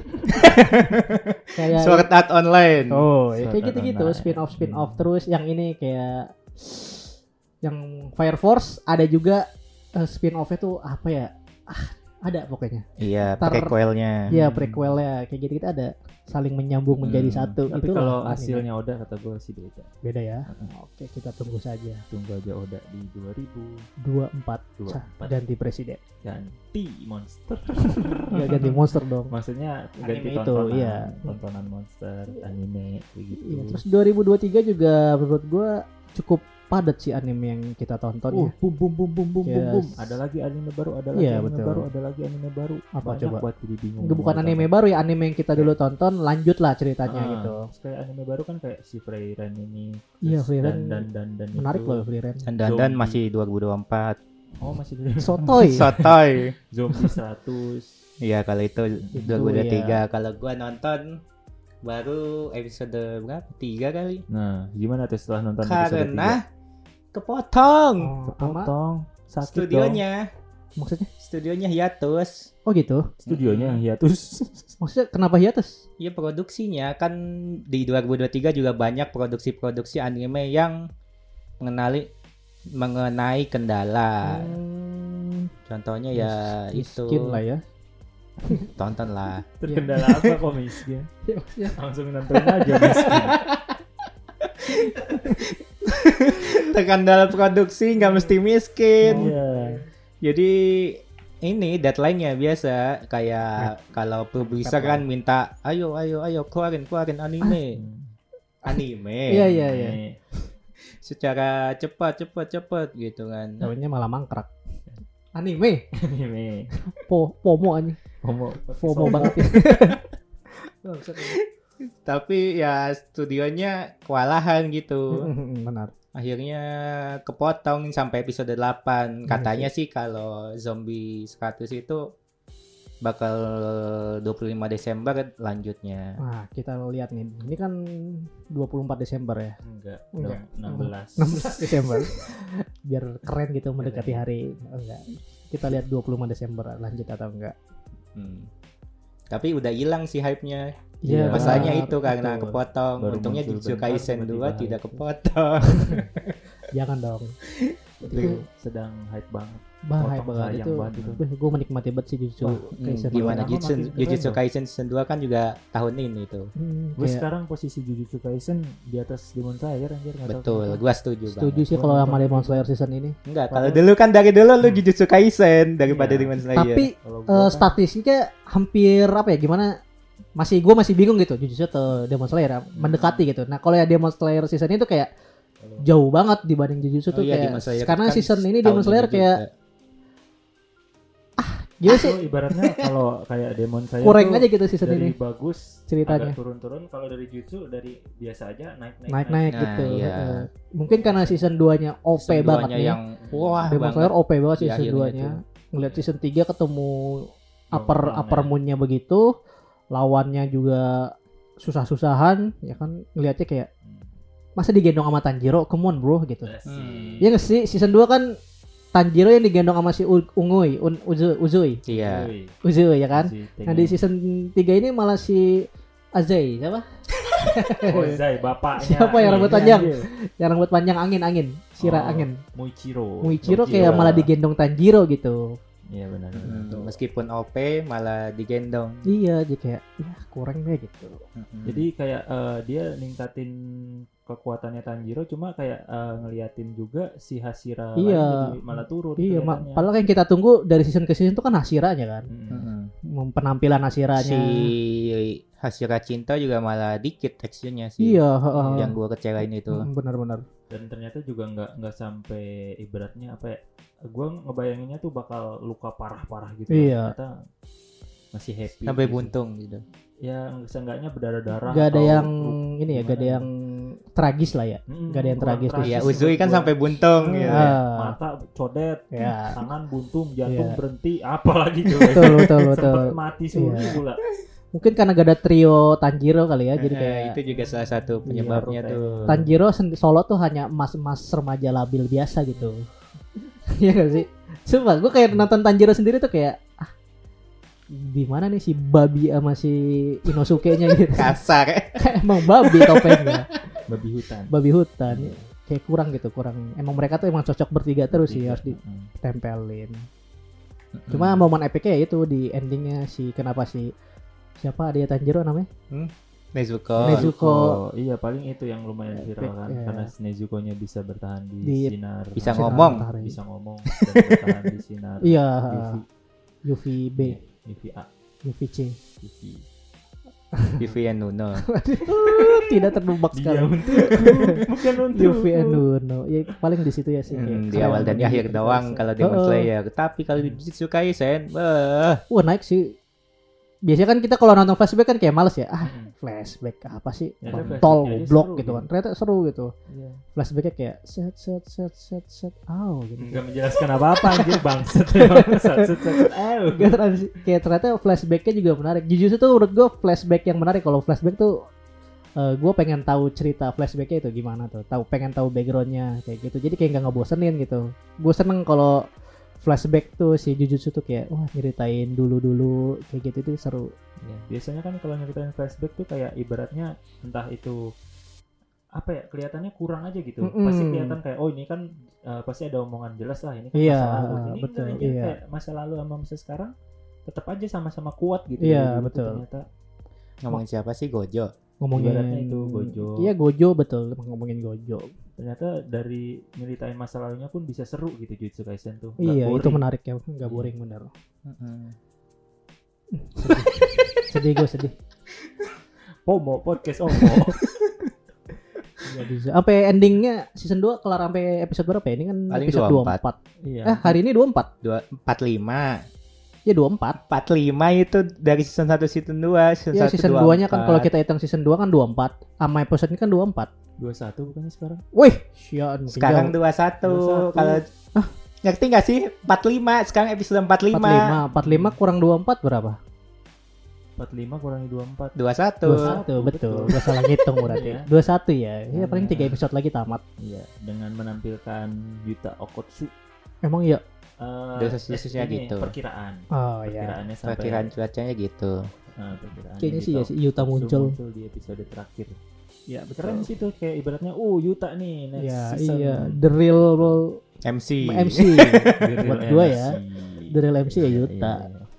Kayak Sword Art Online. Oh, Sword ya, kayak Art gitu-gitu, Online. spin-off spin-off Hmm. terus. Yang ini kayak yang Fire Force ada juga eh, spin-off-nya tuh apa ya? Ah, ada pokoknya. Iya, Ntar- prequelnya. Iya, prequelnya kayak gitu-gitu ada saling menyambung menjadi Hmm. satu. Tapi Itulah kalau anime. hasilnya Oda kata gue sih beda. beda ya. Heeh. Oke, kita tunggu saja. Tunggu aja Oda di dua ribu dua puluh empat dua puluh empat ganti presiden. ganti monster. Enggak ganti monster dong. Maksudnya ganti Anime itu, tontonan, iya. tontonan monster, anime kayak gitu. Iya, terus dua ribu dua puluh tiga juga menurut gua cukup padat sih anime yang kita tonton Oh, ya. boom boom boom boom boom boom Yes. boom. Ada lagi anime baru, ada lagi Iya, anime betul. baru, ada lagi anime baru. Apa Banyak coba? buat jadi bingung. Enggak, bukan mau anime apa. baru ya, anime yang kita dulu tonton lanjut lah ceritanya Ah, gitu. terus kayak anime baru kan kayak si Frieren ini. Iya, terus Frieren dan dan dan dan Menarik itu. loh Frieren. Dan dandan Zombie. masih dua ribu dua puluh empat. Oh, masih Sotoy. Sotoy. Zombie seratus. Iya, kalau itu Itu dua ribu dua puluh tiga. ya. Kalau gua nonton baru episode berapa? Tiga kali. Nah, gimana tuh setelah nonton episode tiga? Karena kepotong Oh, sama Kepotong, sakit dong. studionya. maksudnya? Studionya hiatus. Oh gitu. Studionya yang hiatus. Maksudnya kenapa hiatus? Iya, produksinya kan di dua ribu dua puluh tiga juga banyak produksi-produksi anime yang mengenali mengenai kendala. Hmm, Contohnya ya itu. miskin lah ya. Tonton lah. Terkendala apa kok miskin? Ya, maksudnya Langsung nonton aja miskin. Terkendala produksi nggak mesti miskin. Iya. Jadi ini deadline-nya biasa kayak kalau publisher kan minta ayo ayo ayo keluarin keluarin anime. Anime. Iya iya iya. Secara cepat cepat cepat gitu kan. Tahunya malah mangkrak. Anime. Anime. Po, pomo anjing. Homo. FOMO banget ya. Tapi ya studionya kewalahan gitu. Benar. Akhirnya kepotong sampai episode delapan. Katanya sih kalau Zombie seratus itu bakal dua puluh lima Desember lanjutnya. Nah, kita lihat nih. Ini kan dua puluh empat Desember ya. Enggak, Enggak. enam belas. enam belas Desember. Biar keren gitu mendekati hari. Oh, enggak. Kita lihat dua puluh lima Desember lanjut atau enggak. Hmm. Tapi udah hilang sih hype-nya. Iya, Masalahnya benar. itu karena Betul. kepotong. Baru Untungnya muncul Jujutsu bentar, Kaisen tiba-tiba dua hype. tidak kepotong. Jangan dong. Itu sedang hype banget. Bahaya Potong banget sayang itu. banget itu. Gue menikmati banget sih Jujutsu Wah, Hmm, Kaisen. gimana Lama Jujutsu, makin keren Jujutsu dong. Kaisen season dua kan juga tahun ini tuh. Hmm, Gue kayak sekarang posisi Jujutsu Kaisen di atas Demon Slayer anjir, nggak tahu Betul, kenapa. gua setuju, setuju banget. sih kalau Gua sama nonton Demon itu. Slayer season ini. Enggak, kalau Padahal- dulu kan dari dulu lu Jujutsu Kaisen daripada Iya. Demon Slayer. Tapi Kalau gua eh, kan- statistiknya hampir apa ya gimana? Masih gue masih bingung gitu Jujutsu atau Demon Slayer mendekati gitu. Nah kalau ya Demon Slayer season itu kayak jauh banget dibanding Jujutsu Oh tuh iya, kayak Demon Slayer karena kan season ini tahun Demon Slayer ini kayak juga. gimana sih Itu ibaratnya kalau kayak Demon Slayer kurang tuh aja gitu season dari ini bagus ceritanya. agak turun-turun, kalau dari Jutsu dari biasa aja naik-naik. naik-naik Nah, gitu. iya. Heeh. Mungkin karena season dua-nya O P Season banget duanya nih. yang wah Demon banget. Slayer O P banget di season akhirnya dua-nya. Ngeliat season tiga ketemu upper Yang upper aneh. moon-nya begitu, lawannya juga susah-susahan, ya kan ngelihatnya kayak masa digendong sama Tanjiro, come on bro gitu. Hmm. Ya nggak sih season dua kan Tanjiro yang digendong sama si U- Ungui, Un, Uzu, Uzui, Iya. Uzui ya kan. Si Nah di season tiga ini malah si Azai siapa? Ozai bapaknya. Siapa yang rambut ini panjang? anjir. Yang rambut panjang angin angin, Shira Oh, angin. Muichiro. Muichiro kayak malah digendong Tanjiro gitu. Iya benar. Hmm, meskipun O P malah digendong. Iya, jadi kayak ya kurang deh gitu. Hmm. Jadi kayak eh, dia ningkatin kekuatannya Tanjiro, cuma kayak eh, ngeliatin juga si Hashira lain Iya. jadi malah turun. Iya, ma- kelihatannya. padahal yang kita tunggu dari season ke season itu kan Hashiranya kan. Mm-mm. Hmm. Mem- Penampilan Hashiranya. Si Hashira Cinta juga malah dikit teksturnya sih. Iya, heeh. Yang gua kecewain itu. Hmm, benar-benar. Dan ternyata juga nggak nggak sampai ibaratnya apa ya? Gue ngebayanginnya tuh bakal luka parah-parah gitu. Iya. Ternyata masih happy. Sampai gitu. buntung gitu. Ya seenggaknya berdarah-darah. Gak ada atau yang lu- ini ya, gak ada gimana. yang tragis lah ya. Mm-mm, nggak ada yang kurang tragis tuh. Ya menurut Uzui kan gua. sampai buntung Hmm, gitu. Ah. Mata codet, Ya. tangan buntung, jantung Iya. berhenti, apalagi tuh. Betul, betul, betul. Sempet mati suri Iya. pula. Mungkin karena gak ada trio Tanjiro kali ya, jadi Eh, kayak itu juga salah satu penyebabnya Iya, tuh. Tanjiro sen- solo tuh hanya emas-emas remaja labil biasa gitu. Iya gak sih? Sumpah, gue kayak nonton Tanjiro sendiri tuh kayak ah, di mana nih si babi sama si Inosuke-nya gitu. Kasar. Kayak emang babi topengnya, Babi hutan. babi hutan. Kayak kurang gitu, kurang. Emang mereka tuh emang cocok bertiga terus sih, Bertiga. harus Mm. ditempelin. Cuma momen epicnya ya itu di endingnya si kenapa si siapa dia Tanjiro namanya? Nezuko. Nezuko. Oh, iya paling itu yang lumayan viral Epic, kan, iya. karena si Nezuko-nya bisa bertahan di, Di- sinar. Bisa Sinar ngomong. matahari. Bisa ngomong dan bertahan di sinar. Iya, U V, U V B, U V A, U V C. U V. Vivian Nuno. Tidak terdebak Dia sekali. untukku, bukan untuk. U V and Uno. Ya paling di situ ya sih. Hmm, kayak di keren. awal dan di akhir doang kalau Demon Heeh. Slayer. Tapi kalau di Jujutsu Kaisen, bah, Wah naik sih. Biasanya kan kita kalau nonton flashback kan kayak males ya. Ah, Mm. flashback apa sih? Ya, Tol, flashbacknya aja goblok seru gitu gitu. kan. Ternyata seru gitu. Iya. Flashbacknya kayak set set set set set. Oh gitu. Enggak menjelaskan apa-apa anjir bangsat emang. Set, set, set, set. Eh, Kayak transi- kayak ternyata flashbacknya juga menarik. Jujur tuh menurut gue flashback yang menarik. Kalau flashback tuh gue pengen tahu cerita flashbacknya itu gimana tuh. Tahu pengen tahu backgroundnya kayak gitu. Jadi kayak nggak ngebosenin gitu. Gue seneng kalau flashback tuh si Jujutsu tuh kayak wah nyeritain dulu-dulu kayak gitu tuh seru. Ya, biasanya kan kalau nyeritain flashback tuh kayak ibaratnya entah itu apa ya kelihatannya kurang aja gitu. Mm-mm. Pasti kelihatan kayak oh ini kan uh, pasti ada omongan jelas lah ini kan Iya, masa lalu. Ini betul, enggak, anjir, iya. kayak masa lalu sama masa sekarang tetap aja sama-sama kuat gitu. Iya, dari dulu tuh betul. Ternyata ngomongin siapa sih Gojo? Ngomongin Ibaratnya itu Gojo. Iya Gojo betul ngomongin Gojo. ternyata dari nyeritain masa lalunya pun bisa seru gitu Jujutsu Kaisen tuh. Nggak Iya boring. itu menarik ya, nggak Iya. boring bener. Mm-mm. Sedih gue sedih. Pomo podcast Omo. Nggak bisa. Apa ya, endingnya season dua kelar sampai episode berapa ya? Ini kan Paling episode dua dua puluh puluh empat. Iya. Eh hari ini dua puluh empat. Dua empat lima. Ya dua puluh empat. empat puluh lima itu dari season satu season dua, season Ya satu season dua puluh dua-nya kan empat. kalau kita hitung season dua kan dua puluh empat. Sama episode ini kan dua puluh empat. dua puluh satu bukannya sekarang? Wih, sian mungkin Sekarang jauh. dua puluh satu. dua puluh satu. Kalau ah, ngerti nggak sih? empat puluh lima sekarang episode empat puluh lima. empat puluh lima, empat puluh lima kurang dua puluh empat berapa? empat puluh lima kurangi dua puluh empat. dua puluh satu. dua puluh satu, betul. Gua salah ngitung berarti. Iya. dua puluh satu ya. Ya paling Iya. tiga episode lagi tamat. Iya, dengan menampilkan Yuta Okotsu. Emang iya. Eh, Desas-desusnya ini gitu. Perkiraan. Oh iya. Perkiraannya sampai Perkiraan cuacanya gitu. Nah, perkiraannya Kayaknya sih Yuta ya si Yuta Okotsu muncul. muncul di episode terakhir. Iya, Keren sih tuh kayak ibaratnya, oh Yuta nih next Iya, season. iya. The real M C. M C. The real Buat gua M C. ya. The real M C ya Iya, Yuta. iya, iya.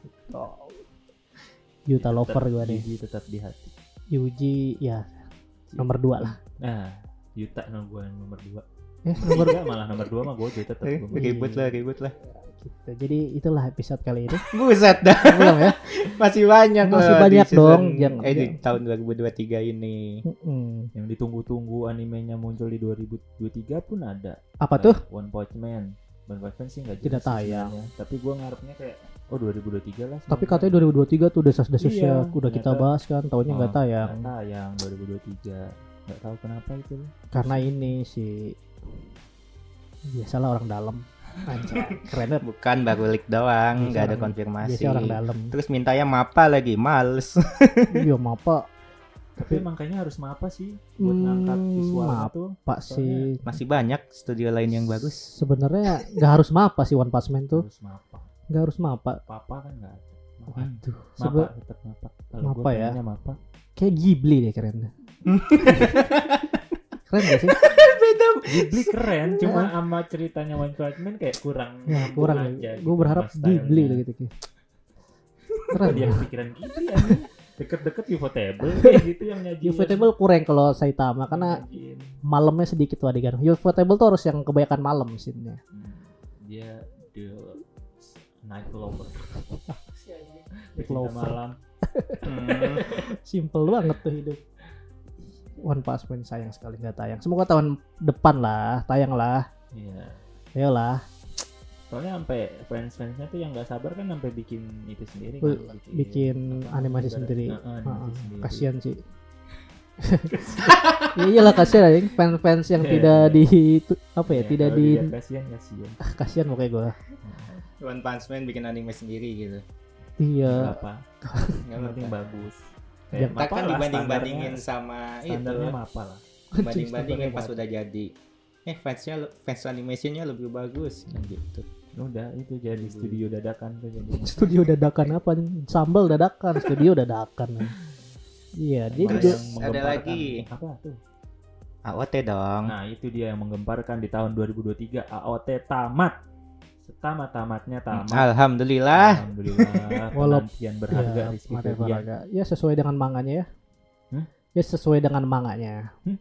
Yuta lover Tetap gua nih. Yuji tetap di hati. Yuji ya nomor dua lah. Nah, Yuta nomor gua nomor dua. Eh, nomor Enggak, malah nomor dua mah gua tetap Eh, gua. ribut lah, ribut lah. gitu. Jadi itulah episode kali ini. Buset dah. Belum ya? Masih banyak Masih loh di banyak season- dong, jangan- Eh di tahun dua ribu dua puluh tiga ini. Mm-mm. Yang ditunggu-tunggu animenya muncul di dua ribu dua puluh tiga pun ada. Apa tuh? Kayak One Punch Man. One Punch Man sih enggak Tidak tayang. Tapi gua ngarepnya kayak oh dua ribu dua puluh tiga lah. Tapi katanya dua ribu dua puluh tiga tuh desas-desusnya Iya, udah kita ternyata- bahas kan, taunya nggak Oh, tayang. Nggak tayang dua ribu dua puluh tiga. Enggak tahu kenapa itu. Karena ini si biasalah orang dalam. Anjay, keren banget. Bukan baru leak doang, Biasa nggak ada orang- konfirmasi. Biasanya orang dalam. Terus mintanya mapa lagi, males. Iya, apa Tapi emang kayaknya harus mapa sih buat Hmm, ngangkat visualnya mapa tuh. Pak sih? Masih banyak studio lain yang bagus. Sebenarnya nggak harus mapa sih One Punch Man tuh. Harus mapa. Nggak harus mapa. Papa kan enggak ada. Mapa. Waduh, Mapa sebe- tetap mapa. Kalau Mapa gua ya. pengennya mapa. kayak Ghibli deh keren. Keren gak sih? Ghibli keren, cuma sama ceritanya One Punch Man kayak kurang. Ya kurang. aja Gue gitu berharap sama stylenya. Ghibli lah gitu. Keren. Kok dia kepikiran Ghibli anjing? Deket-deket Ufotable kayak gitu yang nyajiin. Ufotable kurang kalau Saitama karena Nyajiin. malamnya sedikit tuh adegan. Ufotable tuh harus yang kebanyakan malam scene-nya. Hmm, dia the night lover. Night Cinta lover. malam. Hmm. Simple banget tuh hidup. One Punch Man sayang sekali nggak tayang. Semoga tahun depan lah tayang lah. Iya. Ayolah. Soalnya sampai fans-fansnya tuh yang nggak sabar kan sampai bikin itu sendiri Wih, kan, bikin apa, animasi ibarat- sendiri. Nah, animasi Heeh, sendiri. kasihan sih. Ya iyalah kasihan aja fans-fans yang Iya, tidak iya. di tu- apa ya, Iya, tidak kalau di dilihat kasihan kasihan. ah, kasihan pokoknya gue. One Punch Man bikin anime sendiri gitu. Iya. Apa? Nggak Yang penting apa-apa. bagus. Ya, Kayak Ntar Mapa kan lah, dibanding-bandingin standarnya- sama itu. standarnya Mapa lah. Banding-bandingin pas Standarnya udah jadi. Eh fansnya fans animationnya lebih bagus kan gitu. Udah itu jadi studio dadakan tuh jadi. Studio dadakan apa nih? Sambal dadakan, studio dadakan. Iya, dia Emang juga yang ada menggemparkan- lagi. Apa tuh? A O T dong. Nah itu dia yang menggemparkan di tahun dua ribu dua puluh tiga A O T tamat. Setamat-tamatnya tamat. Alhamdulillah. Alhamdulillah. Walaupun- Penantian berharga ya, Rizky Mata Febian. Baraga. Ya sesuai dengan manganya ya. Hmm? Ya sesuai dengan manganya. Hmm?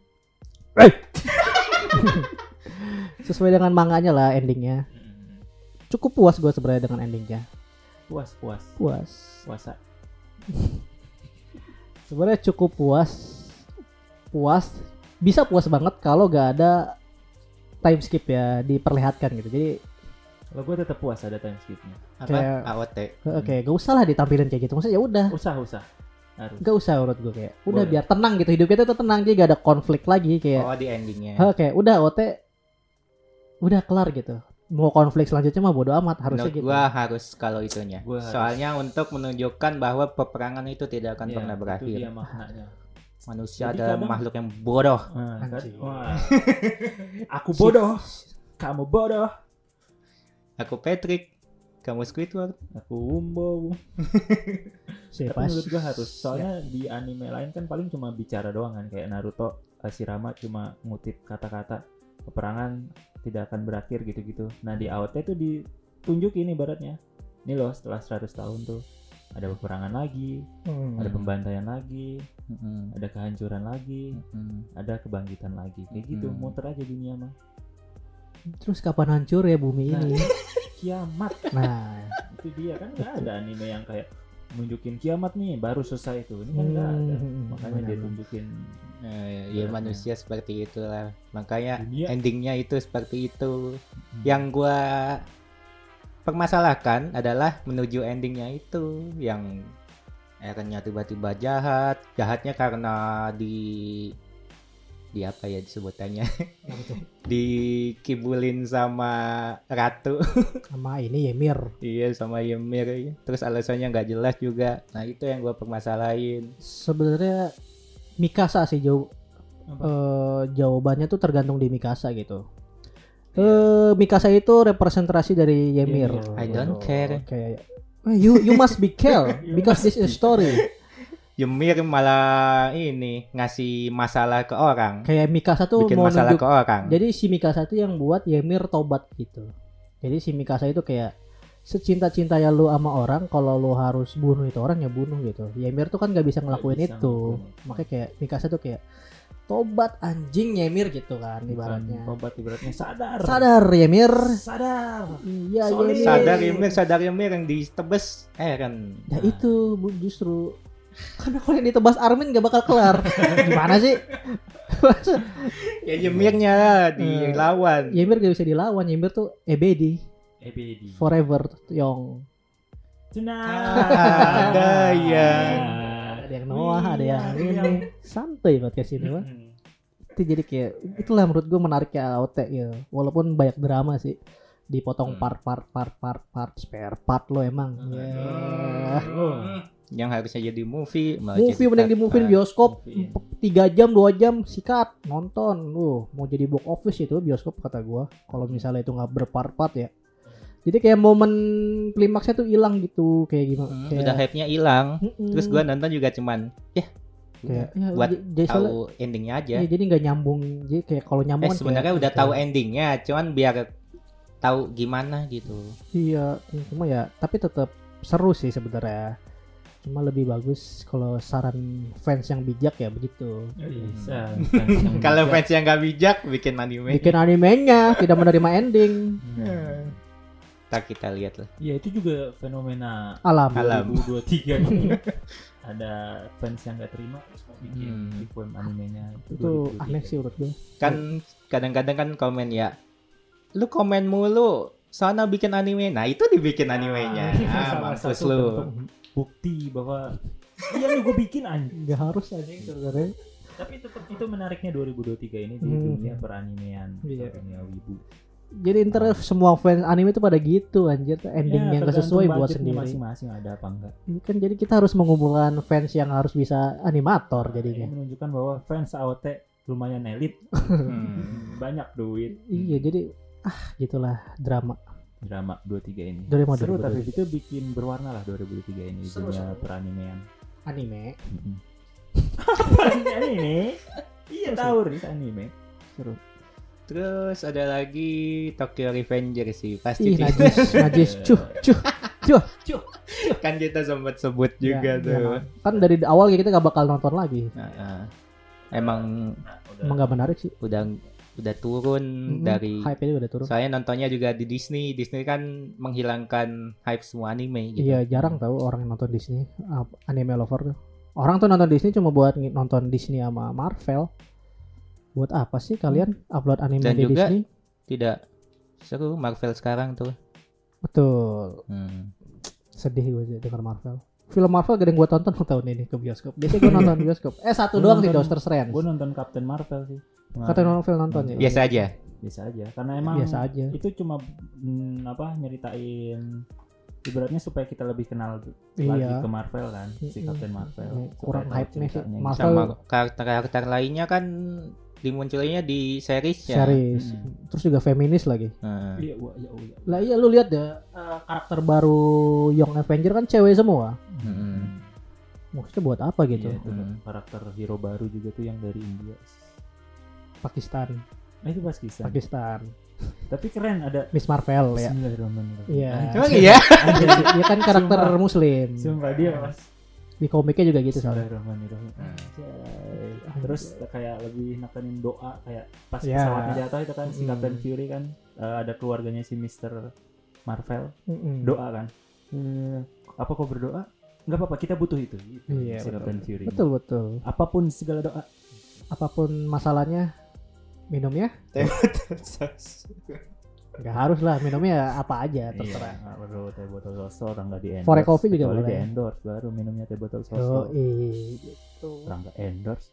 Sesuai dengan manganya lah endingnya. Hmm. Cukup puas gue sebenarnya dengan endingnya. Puas puas Puas. puasa. Sebenarnya cukup puas. Puas. Bisa puas banget kalau gak ada time skip ya diperlihatkan gitu. Jadi Kalau gue tetap puas ada time skipnya. Apa? Kayak- A O T. oke, gak usah lah ditampilin kayak gitu. Maksudnya ya udah, Usah usah. Harus. gak usah menurut gue kayak. Udah Boleh. biar tenang gitu hidup kita tuh tenang, jadi gak ada konflik lagi kayak. Oh di endingnya. Oke, udah O T udah kelar gitu. Mau konflik selanjutnya mah bodo amat, harusnya Menurut gitu. gua harus kalau itunya. Gua harus. Soalnya untuk menunjukkan bahwa peperangan itu tidak akan Iya, pernah Itu berakhir. dia maknanya. Manusia Jadi adalah kadang- makhluk yang bodoh. Nah, kan? Anjing. Wah. Aku bodoh. Kamu bodoh. Aku Patrick, kamu Squidward. Aku Wumbo. Si Tapi pas. menurut gua harus. Soalnya di anime lain kan paling cuma bicara doang kan, kayak Naruto, Hashirama cuma ngutip kata-kata peperangan tidak akan berakhir gitu-gitu. Nah di A O T tuh ditunjukin ibaratnya. Ini loh setelah seratus tahun tuh ada peperangan lagi, Hmm. ada pembantaian lagi, Mm-mm. ada kehancuran lagi, Mm-mm. ada kebangkitan lagi. Kayak gitu, Hmm. muter aja dunia mah. Terus kapan hancur ya bumi Nah. ini? Kiamat. Nah, Itu dia kan nggak ada anime yang kayak nunjukin kiamat nih baru selesai itu. Ini kan nggak ada. Hmm, Makanya dia benar. tunjukin Nah, ya Beratnya. manusia seperti itulah. Makanya dunia. endingnya itu seperti itu. Hmm. Yang gua permasalahkan adalah menuju endingnya itu yang Eren-nya tiba-tiba jahat, jahatnya karena di di apa ya disebutannya, dikibulin sama ratu, Sama ini Ymir. iya sama Ymir, terus alasannya nggak jelas juga. Nah itu yang gue permasalahin. Sebenarnya Mikasa sih jauh eh, jawabannya tuh tergantung di Mikasa gitu. Eh Mikasa itu representasi dari Ymir. Ymir. I don't Gitu. care. Kayak "Eh, you you must be care because this is a story. Ymir malah ini ngasih masalah ke orang, Kayak Mikasa tuh bikin mau masalah nunjuk. ke orang. Jadi si Mikasa tuh yang buat Ymir tobat gitu. Jadi si Mikasa itu kayak secinta-cintanya lu sama orang, kalau lu harus bunuh itu orang ya bunuh gitu. Ymir tuh kan gak bisa ngelakuin bisa itu. ngelakuin. Makanya kayak Mikasa tuh kayak tobat anjing Ymir gitu kan ibaratnya. Tobat ibaratnya sadar. Sadar Ymir. Sadar. Iya Solid. Ymir. Sadar Ymir, sadar Ymir yang ditebes Eren. Ya itu bu, justru karena kalau yang ditebas Armin gak bakal kelar. Gimana sih? Ya Ymirnya dilawan. Ymir gak bisa dilawan. Ymir tuh ebedi, E B D. forever young. Tenang. Ada ya. Ada yang Noah, ada yang Iya, iya. ini. Santai podcast ini mah. Itu jadi kayak itulah menurut gue menariknya A O T ya. Walaupun banyak drama sih. Dipotong Hmm. part part part part part spare part lo emang. Ya. Oh. Yang harusnya jadi movie, malah Movie jadi mending di movie part-part. bioskop Movie, ya. tiga jam dua jam sikat nonton. Uh, mau jadi box office itu bioskop kata gua. Kalau misalnya itu nggak berpart-part ya. Jadi kayak momen klimaksnya tuh hilang gitu kayak gimana? Hmm, kayak, udah hype-nya hilang. Mm-mm. Terus gua nonton juga cuman ya kayak ya, buat j- jadi soalnya- tahu endingnya aja. iya, jadi nggak nyambung. Jadi kayak kalau nyambung Eh kan sebenarnya kayak udah gitu. tahu endingnya, cuman biar tahu gimana gitu. Iya, cuma ya tapi tetap seru sih sebenarnya. Cuma lebih bagus kalau saran fans yang bijak ya begitu. Bisa. Kalau fans yang nggak bijak bikin anime. Bikin animenya tidak menerima ending. Ntar kita lihat lah. Ya itu juga fenomena Alam. Alam. dua ribu dua puluh tiga ini. Ada fans yang gak terima terus mau bikin Hmm. reform animenya. Itu aneh sih menurut gue. Kan kadang-kadang kan komen ya, lu komen mulu, sana bikin anime. Nah itu dibikin animenya. Ah, mampus lu. Bukti bahwa iya nih gue bikin anjing. Nggak harus aja sebenarnya. Tapi tetap itu menariknya dua ribu dua puluh tiga ini di Hmm. dunia peranimean, Iya. dunia wibu. Jadi ntar semua fans anime itu pada gitu anjir, ending Ya, yang gak tergantung sesuai buat budgetnya sendiri. masing-masing ada apa enggak. Ini kan jadi kita harus mengumpulkan fans yang harus bisa animator Ini jadinya. menunjukkan bahwa fans A O T lumayan elit, Hmm. banyak duit. Iya, jadi ah gitulah drama. Drama dua puluh tiga ini. Drama Seru dua ribu dua puluh tapi itu bikin berwarna lah dua ribu dua puluh tiga ini di Seru, dunia seru. peranimean. Anime Mm-mm. anime? Iya tahu Riz anime. seru. Terus ada lagi Tokyo Revenger sih pasti Ih sih. najis, najis, cuh, cuh. Kan kita sempat sebut juga Ya, tuh. ya, kan dari awal kita gak bakal nonton lagi. Nah, ah. Emang Nah, Emang gak menarik sih. udah udah turun Mm-mm, dari hype-nya udah turun. saya nontonnya juga di Disney. Disney kan menghilangkan hype semua anime gitu. Iya, jarang tahu orang yang nonton Disney, ah, anime lover tuh. Orang tuh nonton Disney cuma buat ng- nonton Disney sama Marvel. Buat apa sih kalian upload anime Dan di juga- Disney? Tidak seru Marvel sekarang tuh. Betul. Hmm. Sedih gue denger Marvel. Film Marvel gak ada yang gue tonton tahun ini ke bioskop. Biasanya gue nonton bioskop. Eh satu Gua doang sih nonton- Doctor Strange. Gue nonton Captain Marvel sih. Captain Marvel nonton ya. Biasa aja. Biasa aja. Karena emang Biasa aja. itu cuma mm, apa nyeritain ibaratnya supaya kita lebih kenal lagi Iya. ke Marvel kan, si Mm-mm. Captain Marvel. Mm, Supaya kurang tahu hype-nya sih. ceritanya. Marvel- Sama karakter-karakter lainnya kan dimunculnya di series ya. Series. Mm. Terus juga feminis lagi. Nah, Iya, wah, ya Allah. Lah iya lu lihat deh eh, karakter baru Young Avenger kan cewek semua. mm-mm. Maksudnya buat apa gitu? Iya, itu Hmm. karakter hero baru juga tuh yang dari India. Pakistan. Nah, itu pas kisah. Pakistan. Tapi keren ada Miss Marvel ya. Bismillahirrahmanirrahim. Iya. Emang iya? Dia, dia kan karakter Sumpah. muslim. Sumpah dia pas Di komiknya juga gitu soalnya. Bismillahirrahmanirrahim. Hmm. Anjay. Terus kayak lebih nekanin doa kayak pas Ya. pesawatnya jatuh itu kan si Mm. Captain Fury kan eh, ada keluarganya si mister Marvel Mm-mm. doa kan. Eh, apa kau berdoa? Enggak apa-apa, kita butuh itu. Gitu, Iya, si betul. Captain Fury. Betul betul. Apapun segala doa. Apapun masalahnya minum ya. Nggak harus lah, minumnya ya apa aja Iya, terserah. nggak perlu teh botol soso, orang nggak di endorse. Forek Coffee juga Kecuali boleh. di endorse baru minumnya teh botol soso. Oh, iya gitu. Orang nggak endorse.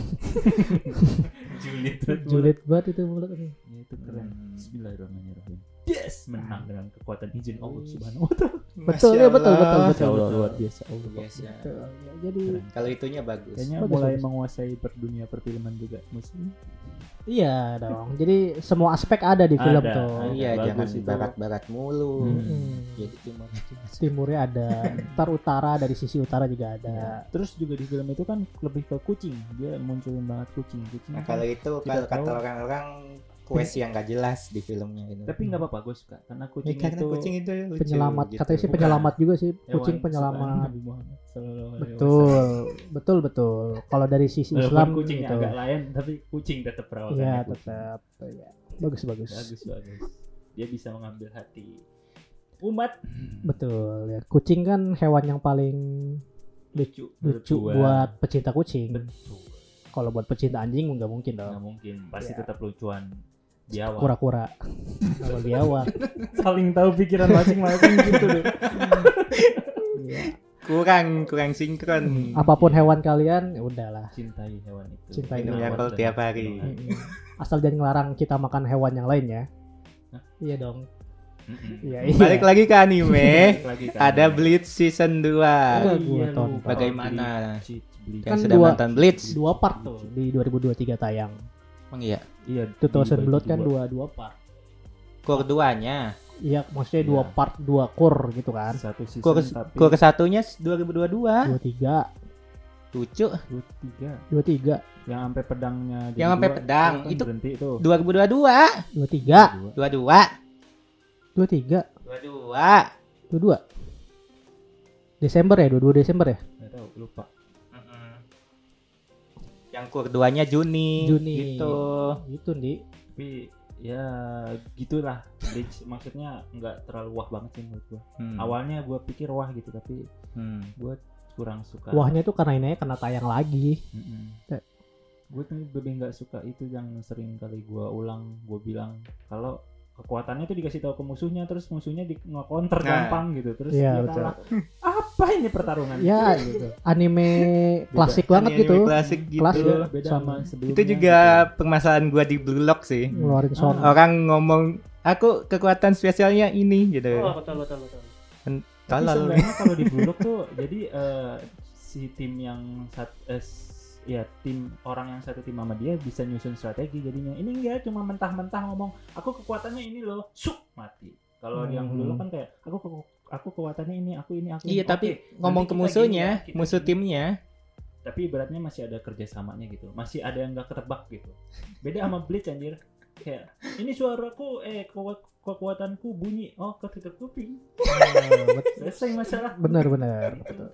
Julid Julid banget itu mulut ini. Ya, itu keren. Hmm. Bismillahirrahmanirrahim. Yes, menang dengan kekuatan izin Allah Subhanahu wa taala. Betul ya, betul betul Masya betul. Allah, betul. luar biasa. Allah Biasa. Betul. Ya, jadi Keren. Kalau itunya bagus. Kayaknya Bagus, mulai bagus. menguasai per dunia perfilman juga muslim. iya dong. Jadi semua aspek ada di film Ada, tuh. ada. Iya, Bagus jangan itu. barat-barat mulu. Hmm. Jadi timur. Timurnya ada, ntar utara dari sisi utara juga ada. Ya. Terus juga di film itu kan lebih ke kucing, dia munculin banget kucing. Kucing Nah, kan- kalau itu Tidak kalau kata tahu. orang-orang quest yang gak jelas di filmnya itu. tapi nggak apa-apa, gue suka karena Ya, kucing karena itu kucing itu lucu, Penyelamat, gitu. katanya sih Bukan. penyelamat juga sih, hewan kucing kesukaan penyelamat. Nabi Muhammad Sallallahu Alaihi Betul, Wasallam. betul betul. Kalau dari sisi Walaupun Islam kucingnya gitu. agak lain, tapi kucing tetap perawakannya Iya, kucing. tetap. Ya. Bagus bagus. Bagus bagus. Dia bisa mengambil hati umat. Betul ya. Kucing kan hewan yang paling Lucu, lucu gua. buat pecinta kucing. Betul. Kalau buat pecinta anjing nggak mungkin Nggak dong. mungkin, pasti Ya. tetap lucuan. Biawak. Kura-kura. Kalau biawak. Saling tahu pikiran masing-masing gitu deh. Iya. kurang kurang sinkron. Apapun hewan kalian, ya udahlah. Cintai hewan itu. Cintai Minum hewan. Yakult tiap hari. Mm-mm. Asal jangan ngelarang kita makan hewan yang lain ya. Hah? Iya dong. Mm-mm. Iya, iya. Balik lagi ke anime. Balik lagi kan. Ada Bleach season dua. Enggak, Oh, gua iya, tonton. lupa. Bagaimana? Bleach, Bleach. Yang Kan sudah dua- nonton Bleach. Dua part tuh di dua ribu dua puluh tiga tayang. Emang iya. Iya, Two Thousand dibagi Blood kan dua. dua dua part. Core duanya. Iya, maksudnya dua Iya. part dua core gitu kan. Satu season Core tapi core satunya dua ribu dua puluh dua. Dua tiga, Lucu. dua tiga dua tiga, yang sampai pedangnya jadi Yang sampai dua, pedang, kan itu- berhenti itu. dua ribu dua puluh dua. dua tiga, Dua. dua puluh dua. dua tiga, dua puluh dua. dua dua. Desember ya, dua dua Desember ya. Nggak tahu, lupa. Mm-mm. Yang core duanya Juni. Juni. Gitu. Gitu nih. Tapi ya gitulah. Bleach maksudnya nggak terlalu wah banget sih menurut gua. Hmm. Awalnya gua pikir wah gitu, tapi Hmm. gua kurang suka. Wahnya tuh karena ini kena tayang lagi. Mm-mm. Gue tuh lebih nggak suka itu yang sering kali gue ulang, gue bilang kalau kekuatannya tuh dikasih tahu ke musuhnya, terus musuhnya di nge-counter Nah. gampang gitu, terus Iya, dia betul. kalah. Apa ini pertarungan? Ya, gitu. Anime klasik banget Anime gitu. klasik gitu. Klasik. Beda, beda Sama. sama sebelumnya. Itu juga permasalahan gua di Blue Lock sih. Ngeluarin sound. Ah. Orang ngomong aku kekuatan spesialnya ini gitu. Oh, betul betul betul. Tapi Tolol. sebenarnya kalau di Blue Lock tuh jadi eh, si tim yang sat, eh, s- ya tim orang yang satu tim sama dia bisa nyusun strategi jadinya. Ini enggak cuma mentah-mentah ngomong aku kekuatannya ini loh, suk mati. Kalau Hmm. yang Blue Lock kan kayak aku ke- aku kekuatannya ini, aku ini, aku Iya, ini. tapi Oke, ngomong nanti ke kita musuhnya, gini ya, kita musuh gini. timnya. Tapi ibaratnya masih ada kerjasamanya gitu, masih ada yang nggak ketebak gitu. Beda sama Bleach anjir, kayak ini suaraku eh keku- kekuatanku bunyi, oh ketutup kuping, selesai masalah. Benar benar.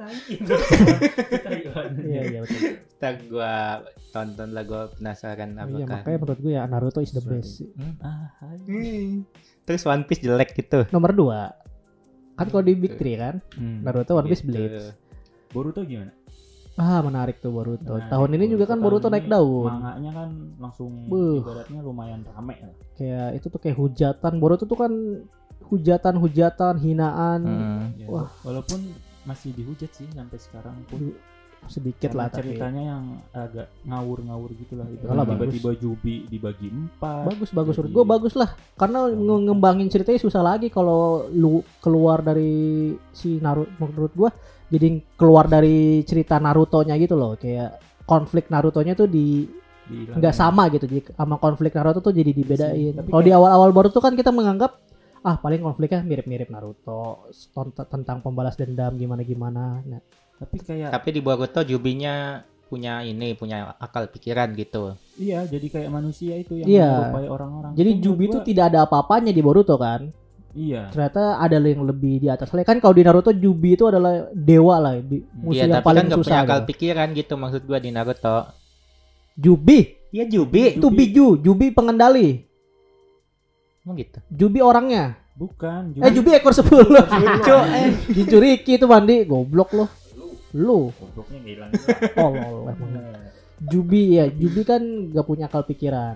Iya iya betul. Ntar gua tonton lah, gua penasaran Iya apakah. makanya menurut gue ya Naruto is the Sesuatu. best. sih. Ah, hai. Hmm. Terus One Piece jelek gitu. Nomor dua. Kan kalau di Big Three kan Hmm. Naruto, One Piece, Gitu. Bleach. Boruto gimana? Ah menarik tuh Boruto. Nah, Tahun ini juga kan Boruto tahun naik ini daun. Manganya kan langsung Buh. ibaratnya lumayan rame lah. Kayak itu tuh kayak hujatan. Boruto tuh kan hujatan-hujatan, hinaan. Hmm. Ya, Wah. walaupun masih dihujat sih sampai sekarang pun. Sedikit Karena lah tapi. ceritanya yang agak ngawur-ngawur gitu lah. Enggak lah, Tiba-tiba Jubi dibagi empat. Bagus bagus menurut Jadi- gue bagus lah. Karena nge- ngembangin ceritanya susah lagi kalau lu keluar dari si Naruto menurut gua. Jadi keluar dari cerita Naruto-nya gitu loh. Kayak konflik Naruto-nya tuh di Dihilangin. nggak sama gitu. Jadi sama konflik Naruto tuh jadi dibedain. Tapi Kalau di kayak- awal-awal Boruto kan kita menganggap ah paling konfliknya mirip-mirip Naruto Tont- tentang pembalas dendam gimana-gimana. Nah, Tapi kayak Tapi di Boruto Jubinya punya ini, punya akal pikiran gitu. iya jadi kayak manusia itu yang Iya. menyerupai orang-orang. jadi Itu Jubi menurut tuh gua- tidak ada apa-apanya di Boruto kan. iya. Ternyata ada yang lebih di atas lagi kan. Kalau di Naruto Jubi itu adalah dewa lah, di, musuh Iya, yang tapi paling kan gak susah punya akal gitu. pikiran gitu maksud gua di Naruto. Jubi Iya Jubi. itu Biju, Jubi pengendali, Emang gitu. Jubi orangnya. Bukan Eh Jubi ekor sepuluh. Lucu, eh. Jinchuriki itu mandi, goblok lo. Lu. Gobloknya nggak hilang. Oh lol emang. Jubi ya, Jubi kan gak punya akal pikiran.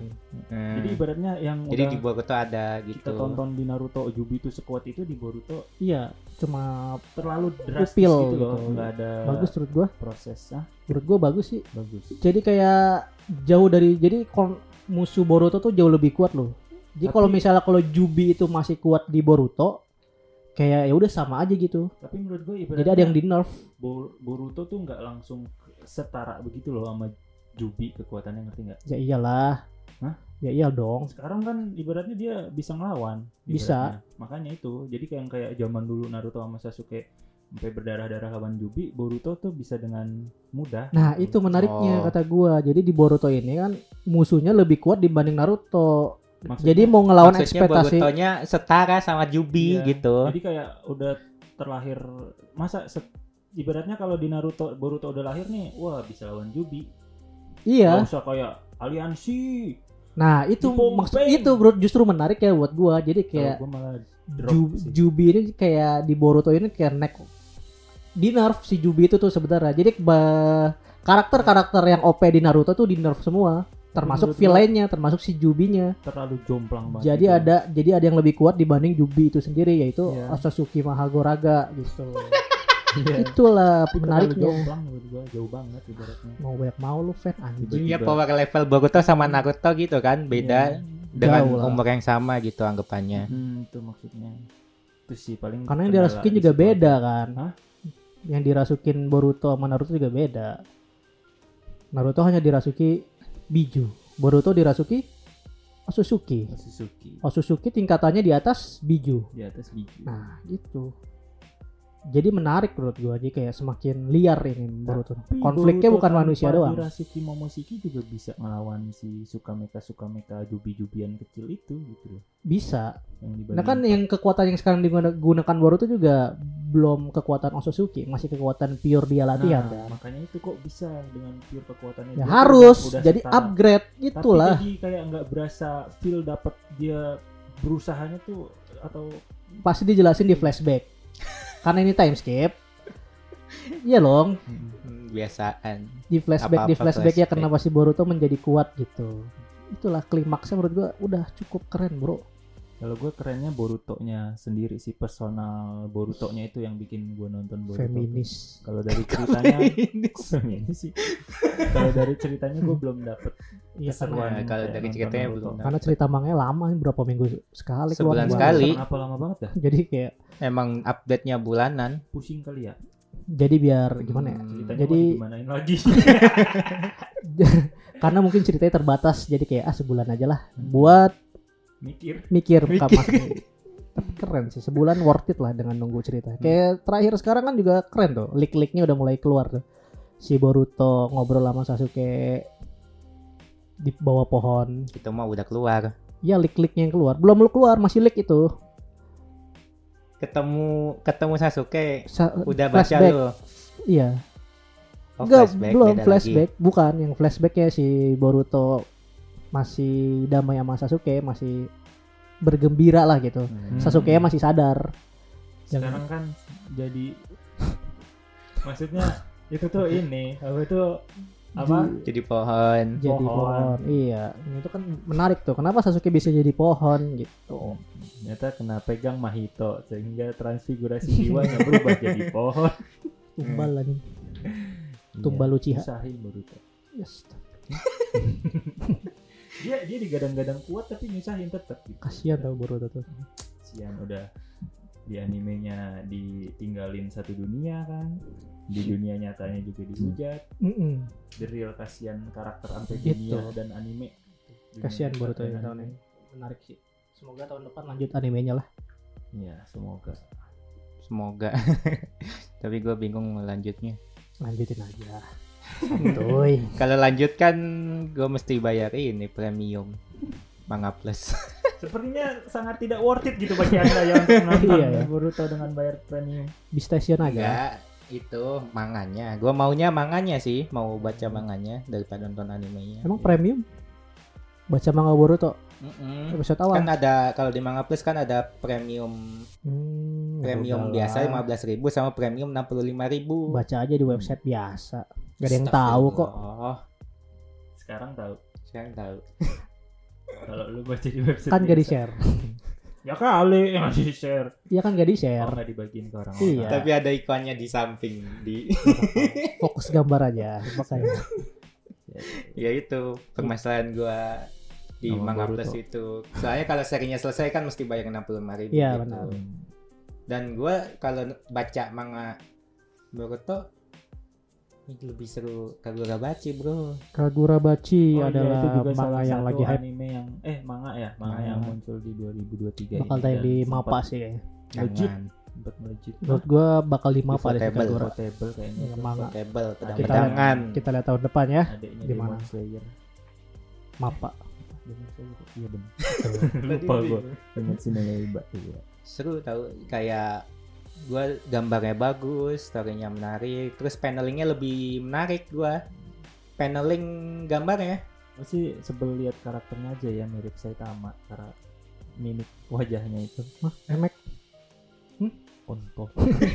Hmm. Jadi ibaratnya yang Jadi udah di Boruto ada kita gitu. tonton di Naruto Jubi itu sekuat itu, di Boruto Iya, cuma terlalu drastis Upil gitu loh, gitu. nggak ada bagus menurut gua. prosesnya. Menurut gua bagus sih. Bagus. Jadi kayak jauh dari jadi kon- musuh Boruto tuh jauh lebih kuat loh. Jadi Tapi- kalau misalnya kalau Jubi itu masih kuat di Boruto, kayak ya udah sama aja gitu. Tapi menurut gue ibaratnya Jadi ada yang di nerf. Bo- Boruto tuh nggak langsung setara begitu loh sama Jubi kekuatannya, ngerti nggak? Ya iyalah. Hah? Ya iya dong. Sekarang kan ibaratnya dia bisa ngelawan. Bisa. ibaratnya. Makanya itu. Jadi kayak kayak zaman dulu Naruto sama Sasuke sampai berdarah-darah lawan Jubi, Boruto tuh bisa dengan mudah. Nah, itu menariknya Oh. kata gua. Jadi di Boruto ini kan musuhnya lebih kuat dibanding Naruto. Maksudnya- Jadi mau ngelawan Maksudnya ekspektasi. Borutonya setara sama Jubi Iya. gitu. Jadi kayak udah terlahir, masa set- ibaratnya kalau di Naruto Boruto udah lahir nih, wah bisa lawan Jubi. Iya. Gak usah kayak aliansi. Nah, itu Dipom maksud bang. itu bro justru menarik ya buat gua. Jadi Kalau kayak gue malah drop Ju- sih. Jubi ini kayak di Boruto ini kayak neck di nerf si Jubi itu tuh sebenarnya. Jadi ba- karakter-karakter yang O P di Naruto tuh di nerf semua, termasuk menurut gua- villainnya, termasuk si Jubinya. terlalu jomplang banget. Jadi gitu. ada jadi ada yang lebih kuat dibanding Jubi itu sendiri, yaitu Iya. Sasuke Mahagoraga gitu. Iya. Itulah Tapi terlalu menariknya. jomplang menurut gua, jauh banget ibaratnya. Mau banyak mau lu fan anjing. Iya, Tiba-tiba. power level Boruto sama Naruto gitu kan, beda dengan Jauh lah. umur yang sama gitu anggapannya. Hmm, itu maksudnya. Itu sih paling. Karena yang kendala dirasukin di juga situ beda aja. kan. Hah? Yang dirasukin Boruto sama Naruto juga beda. Naruto hanya dirasuki Biju. Boruto dirasuki Otsutsuki. Suzuki Otsutsuki tingkatannya di atas Biju. di atas biji. Nah, gitu. Jadi menarik menurut gua aja kayak semakin liar ini Boruto. Tapi Konfliknya Boruto bukan tanpa manusia doang. Hirashiki Momoshiki juga bisa ngelawan si Sukameka Sukameka Jubi-Jubian kecil itu gitu loh. Bisa. Yang dibanding Nah kan yang kekuatan yang sekarang digunakan Boruto juga belum kekuatan Otsutsuki, masih kekuatan pure dia latihan nah, kan. makanya itu kok bisa dengan pure kekuatannya. Ya dia harus tuh udah jadi setara. upgrade itulah. Tapi jadi kayak nggak berasa feel dapat dia berusahanya tuh atau Pasti dijelasin di flashback. Karena ini time skip. Iya loh, Hmm, biasaan. di flashback di Apa-apa flashback ya flashback. kenapa si Boruto menjadi kuat gitu. Itulah klimaksnya menurut gua udah cukup keren, Bro. kalau gue kerennya Boruto-nya sendiri sih, personal Boruto-nya itu yang bikin gue nonton Boruto. Feminis. Kalau dari ceritanya kok feminis sih. Kalau dari ceritanya gue belum dapet Iya keseruan karena, Nah, kalau kayak dari nonton ceritanya Naruto. belum. karena cerita manganya lama berapa minggu sekali keluar. Sebulan Bang. sekali. Kenapa lama banget dah? Jadi kayak Emang update-nya bulanan. Pusing kali ya. jadi biar gimana ya? Hmm, Ceritanya Jadi- mau gimanain lagi? Karena mungkin ceritanya terbatas jadi kayak ah sebulan aja lah buat Mikir. mikir Mikir. kamar. Tapi keren sih, sebulan worth it lah dengan nunggu cerita. Kayak terakhir sekarang kan juga keren tuh, leak-leaknya udah mulai keluar tuh. Si Boruto ngobrol sama Sasuke di bawah pohon. Itu mah udah keluar. Ya leak-leaknya yang keluar, belum lu keluar masih leak itu. Ketemu ketemu Sasuke Sa- udah baca flashback. lu. Iya. Oh, Enggak, flashback, belum beda flashback, bukan yang flashbacknya si Boruto masih damai sama Sasuke, masih bergembira lah gitu. Hmm. Sasuke masih sadar. Yang- Sekarang kan jadi maksudnya itu tuh ini apa itu apa? lagi. Jadi pohon. Jadi Pohon. pohon. Iya, ini tuh kan menarik tuh. Kenapa Sasuke bisa jadi pohon gitu? Ternyata kena pegang Mahito sehingga transfigurasi jiwanya berubah jadi pohon. Tumbal lah nih. Iya, Tumbal Uchiha. Usahin Boruto. Yes. Dia dia digadang-gadang kuat tapi nyusahin tetap gitu. Kasihan tau Boruto tuh. Sian udah di animenya ditinggalin satu dunia kan. Di dunia nyatanya juga dihujat. Mm-mm. The real kasihan karakter sampai Gitu. dunia dan anime. Dunia Kasihan nyata Boruto dan ya tahun anime. ini. Menarik sih. Semoga tahun depan lanjut animenya lah. Iya, semoga. Semoga. Tapi gue bingung mau lanjutnya. Lanjutin aja. Santuy. Kalau lanjut kan gue mesti bayar ini premium Manga Plus. Sepertinya sangat tidak worth it gitu bagi Anda yang untuk nonton Iya, ya. Boruto dengan bayar premium. Di station aja. Enggak, itu manganya. Gue maunya manganya sih, mau baca manganya daripada nonton animenya. Emang premium? Baca manga Boruto Mm-mm. episode awal. Kan ada kalau di Manga Plus kan ada premium Hmm, premium udahlah. biasa lima belas ribu sama premium enam puluh lima ribu. Baca aja di website biasa. Gak ada yang tahu kok. Oh, Sekarang tahu. sekarang tahu. Kalau lu baca di website Kan gak biasa. di-share. Ya kali yang di share. Iya kan gak di-share. Oh, nggak dibagiin ke orang-orang. Iya. Tapi ada ikonnya di samping di Fokus gambar aja makanya. ya itu permasalahan gua di Sama Manga Boruto. Plus itu. Soalnya kalau serinya selesai kan mesti bayar enam puluh lima ribu Iya, gitu. benar. Dan gua kalau baca manga Boruto ini lebih seru Kagurabachi, Bro. Kagurabachi Oh, adalah iya, itu juga manga salah yang satu lagi hype, anime yang eh manga ya, manga Manga. yang muncul di dua ribu dua puluh tiga bakal ini tayang dan di sempat Mapa sih kayaknya. melejit, Jangan. sempat melejit. Menurut gua bakal di Mapa deh si Ufotable. Kagura. Portable kayaknya. Iya, manga. Table, Kita pedang-pedangan. lihat, kita lihat tahun depan ya. Adiknya Di mana? Demon Slayer. Mapa. Demon Slayer. Iya benar. Lupa gua. Demon Slayer iya. Seru tahu kayak gua gambarnya bagus, storynya menarik, terus panelingnya lebih menarik gua. Paneling gambarnya. Masih sebel lihat karakternya aja ya mirip Saitama karena mimik wajahnya itu. Hah, emek. Konto.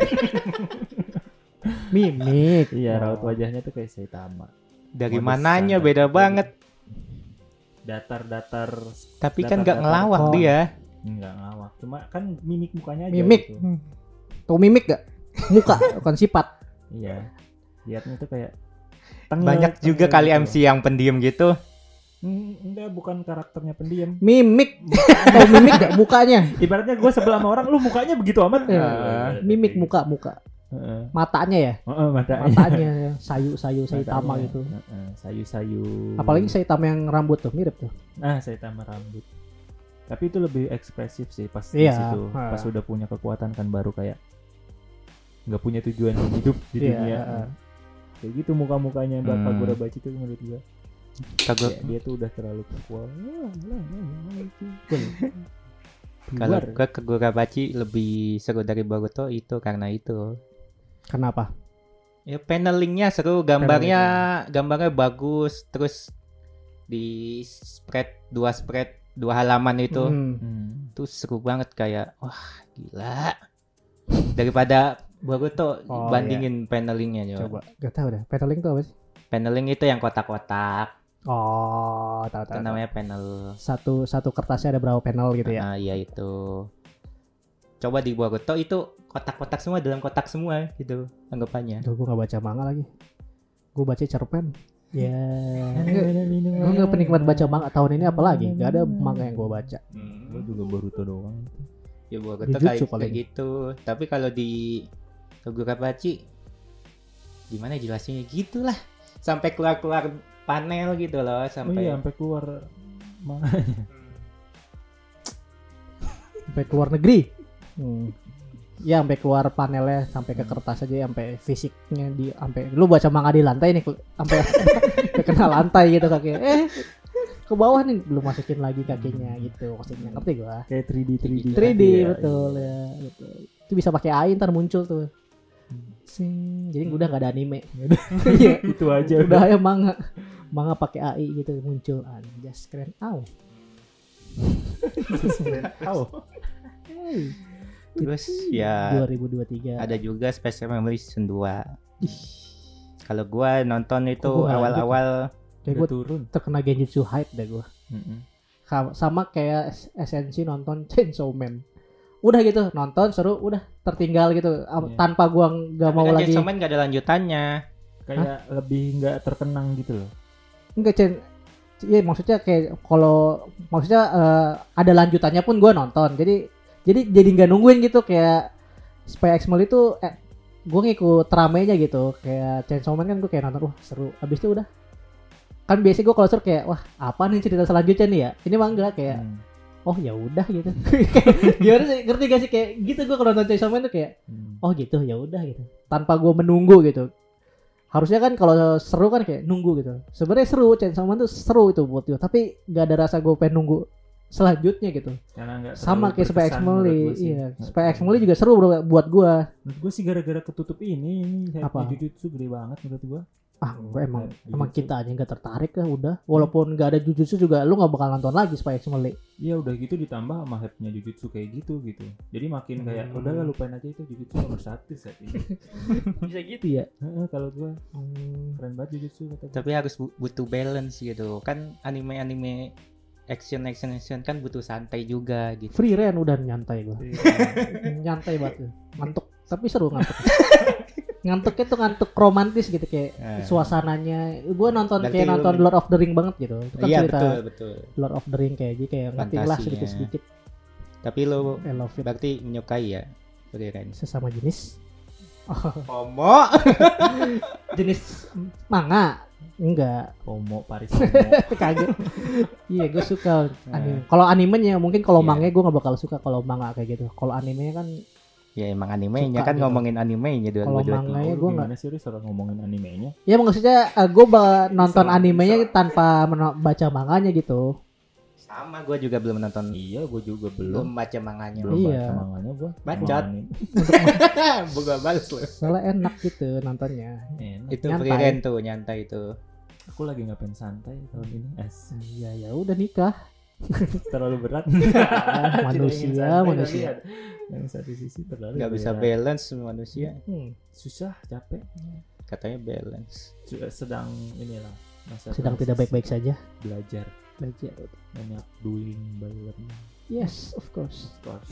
Mimik. Iya, raut Oh. wajahnya tuh kayak Saitama. Dari Modus mananya standar. beda banget. Datar-datar Tapi kan nggak Datar-datar. ngelawak Oh. dia. enggak ngawak. Cuma kan mimik mukanya aja Mimik. gitu. Hmm. Tuh mimik gak? Muka, bukan sifat. Iya. Lihatnya tuh kayak tengil, Banyak juga tengil kali gitu M C yang pendiam gitu. loh. Hmm, enggak, bukan karakternya pendiam. Mimik. Tuh mimik gak mukanya? Ibaratnya gue sebelah sama orang, lu mukanya begitu amat. Iya. Ah, Mimik kayak muka, muka. gitu. Heeh. Matanya ya? Heeh, matanya. Matanya sayu-sayu Saitama Matanya. gitu. Heeh, sayu-sayu. Apalagi Saitama yang rambut tuh mirip tuh. Nah, Saitama rambut. Tapi itu lebih ekspresif sih pas Iya, di situ. ha. Pas udah punya kekuatan kan baru kayak nggak punya tujuan hidup di Iya, dunia. ha. Kayak gitu muka-mukanya Mbak Hmm. Kagurabachi tuh menurut gua. Kagu- Kayak dia tuh udah terlalu kuat. Kalau gue Kagurabachi lebih seru dari Boruto itu karena itu. Kenapa? Ya panelingnya seru, gambarnya gambarnya bagus, terus di spread dua spread dua halaman itu Hmm. Hmm. tuh seru banget kayak wah gila. Daripada Boruto Oh, bandingin panelingnya coba. Coba. Gak tahu dah. Paneling tuh apa sih? Paneling itu yang kotak-kotak. Oh, tahu Itu tahu. tahu. namanya panel. Satu satu kertasnya ada berapa panel gitu ya? Ah iya itu. Coba di Boruto itu kotak-kotak semua dalam kotak semua gitu anggapannya. Tuh gue gak baca manga lagi. Gue baca cerpen. Ya. Gue gak penikmat baca manga tahun ini apalagi. Gak ada manga yang gue baca. Gue juga Boruto doang. Ya Boruto Jujutsu kayak, paling. kayak gitu. Tapi kalau di Kagurabachi gimana jelasinnya gitulah. Sampai keluar-keluar panel gitu loh Oh sampai iya, sampai keluar manganya. Sampai keluar negeri. Hmm. Ya sampai keluar panelnya sampai ke kertas aja sampai fisiknya di sampai lu baca manga di lantai nih sampai sampai kena lantai gitu kakinya. Eh ke bawah nih lu masukin lagi kakinya gitu maksudnya. Ngerti gua? Kayak tiga D tiga D. tiga D Iya, betul iya. ya betul. Itu bisa pakai A I ntar muncul tuh. Sing. Jadi udah gak ada anime. Iya. Itu aja Udah ya manga. Manga pakai A I gitu muncul. Anjas keren. Aw. Tahu. Hey. terus ya dua ribu dua puluh tiga. ada juga Special Memory Season dua. Kalau gua nonton itu Kok gua awal-awal Kayak Udah gue turun. terkena Genjutsu hype deh gue. Mm-mm. Sama kayak es- esensi nonton Chainsaw Man. Udah gitu nonton seru udah tertinggal gitu Am- Iya. tanpa gua nggak mau kan lagi. Chainsaw Man gak ada lanjutannya. Kayak lebih nggak terkenang gitu loh. Enggak Chen. Iya maksudnya kayak kalau maksudnya eh, ada lanjutannya pun gua nonton. Jadi jadi jadi nggak nungguin gitu kayak Spy X Family itu eh, gue ngikut ramenya gitu kayak Chainsaw Man kan gue kayak nonton wah seru abis itu udah kan biasanya gue kalau seru kayak wah apa nih cerita selanjutnya nih ya ini mah enggak kayak Hmm. oh ya udah gitu Kayak, gimana sih ngerti gak sih kayak gitu gue kalau nonton Chainsaw Man tuh kayak Hmm. oh gitu ya udah gitu tanpa gue menunggu gitu harusnya kan kalau seru kan kayak nunggu gitu sebenarnya seru Chainsaw Man tuh seru itu buat gue tapi gak ada rasa gue pengen nunggu selanjutnya gitu Karena nggak sama terlalu kayak Spy X berkesan menurut Family gua sih. iya Nggak Spy X terlalu. Family juga seru bro buat gue Menurut gue sih gara-gara ketutup ini, ini Apa? hype Jujutsu gede banget menurut gue. ah gue emang Jujutsu. emang kita aja nggak tertarik ya udah walaupun nggak ada Jujutsu juga lu nggak bakal nonton lagi Spy X Family Iya udah gitu ditambah sama hype-nya Jujutsu kayak gitu gitu. Jadi makin kayak Hmm. udahlah lupain aja itu Jujutsu nomor satu saat ini. bisa gitu ya Heeh, kalau gue hmm. keren banget Jujutsu kata gue. Tapi harus bu- butuh balance gitu. Kan anime-anime action action action kan butuh santai juga gitu. Free Ren udah nyantai gua. Nyantai banget. Ngantuk, tapi seru ngantuk. Ngantuknya tuh ngantuk romantis gitu kayak Eh. suasananya. Gua nonton Berarti kayak lu- nonton Lord of the Ring banget gitu. Itu kan Iya cerita betul betul. Lord of the Ring kayak gitu kayak ngerti lah Fantasinya. sedikit-sedikit. Tapi lo I love it. berarti menyukai ya Free Ren. Sesama jenis. Homo. Jenis manga. Enggak. Homo Paris Homo. Kaget. Iya, gue suka anime. Kalau animenya mungkin kalau Iya. manga gue nggak bakal suka kalau manga kayak gitu. Kalau animenya kan Ya emang animenya Suka kan gitu. ngomongin animenya dua Kalau ribu dua puluh tiga. manga- Makanya Oh, gua gimana nggak- sih Riz orang ngomongin animenya? ya maksudnya gue nonton Serang, animenya serang. tanpa meno- baca manganya gitu. Sama gue juga belum nonton, Iya, gue juga belum belum. baca manganya. Belum Iya. baca manganya gue. Bacot. Bukan balas lo. Soalnya enak gitu nontonnya. Enak. Itu Nyantai. Free Ren tuh nyantai itu. Aku lagi nggak pengen santai tahun ini. As. Iya ya udah nikah. Terlalu berat. Manusia, Tidak ingin santai, manusia. tapi ada- Yang satu sisi terlalu Nggak bisa berat. balance manusia. Hmm, Susah, capek. Katanya balance. Sudah sedang inilah masa sedang tidak transisi. baik-baik saja. Belajar Belajar. banyak doing by learning. Yes, of course. Of course.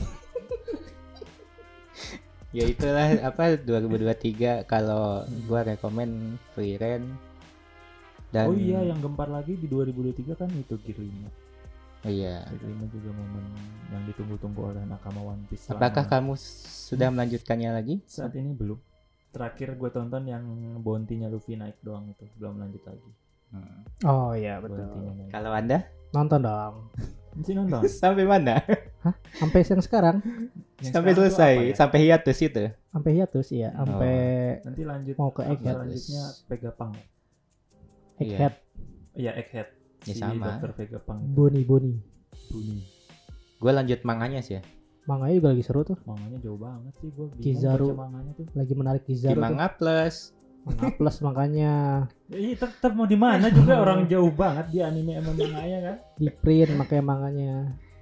Ya itulah apa dua ribu dua puluh tiga kalau gua rekomen Free Ren. Dan Oh iya, yang gempar lagi di dua ribu dua puluh tiga kan itu Gear lima. Oh iya. Gear lima juga momen yang ditunggu-tunggu oleh nakama One Piece. selama- Apakah kamu sudah melanjutkannya lagi? saat ini belum? Terakhir gue tonton yang bounty-nya Luffy naik doang itu, belum lanjut lagi. Hmm. Oh iya betul. Bounty-nya naik. Kalau Anda Nonton dong. Masih nonton? sampai mana? Sampai yang sekarang, Yang Sampai sekarang tuh selesai, apa ya? sampai hiatus itu. sampai hiatus ya, sampai Nanti lanjut mau ke apa Egghead. selanjutnya Vegapunk. Egghead, Iya, Egghead. Ya, Si sama. dokter Vegapunk. Boni Boni. Bunyi. Gue lanjut manganya sih ya. Manganya juga lagi seru tuh, Manganya jauh banget sih, gue bingung Kizaru. baca manganya tuh. lagi menarik Di Kizaru tuh. manga plus. Manga plus makanya Iya, tetap mau di mana juga orang jauh banget di anime sama manganya kan. di print makanya manganya.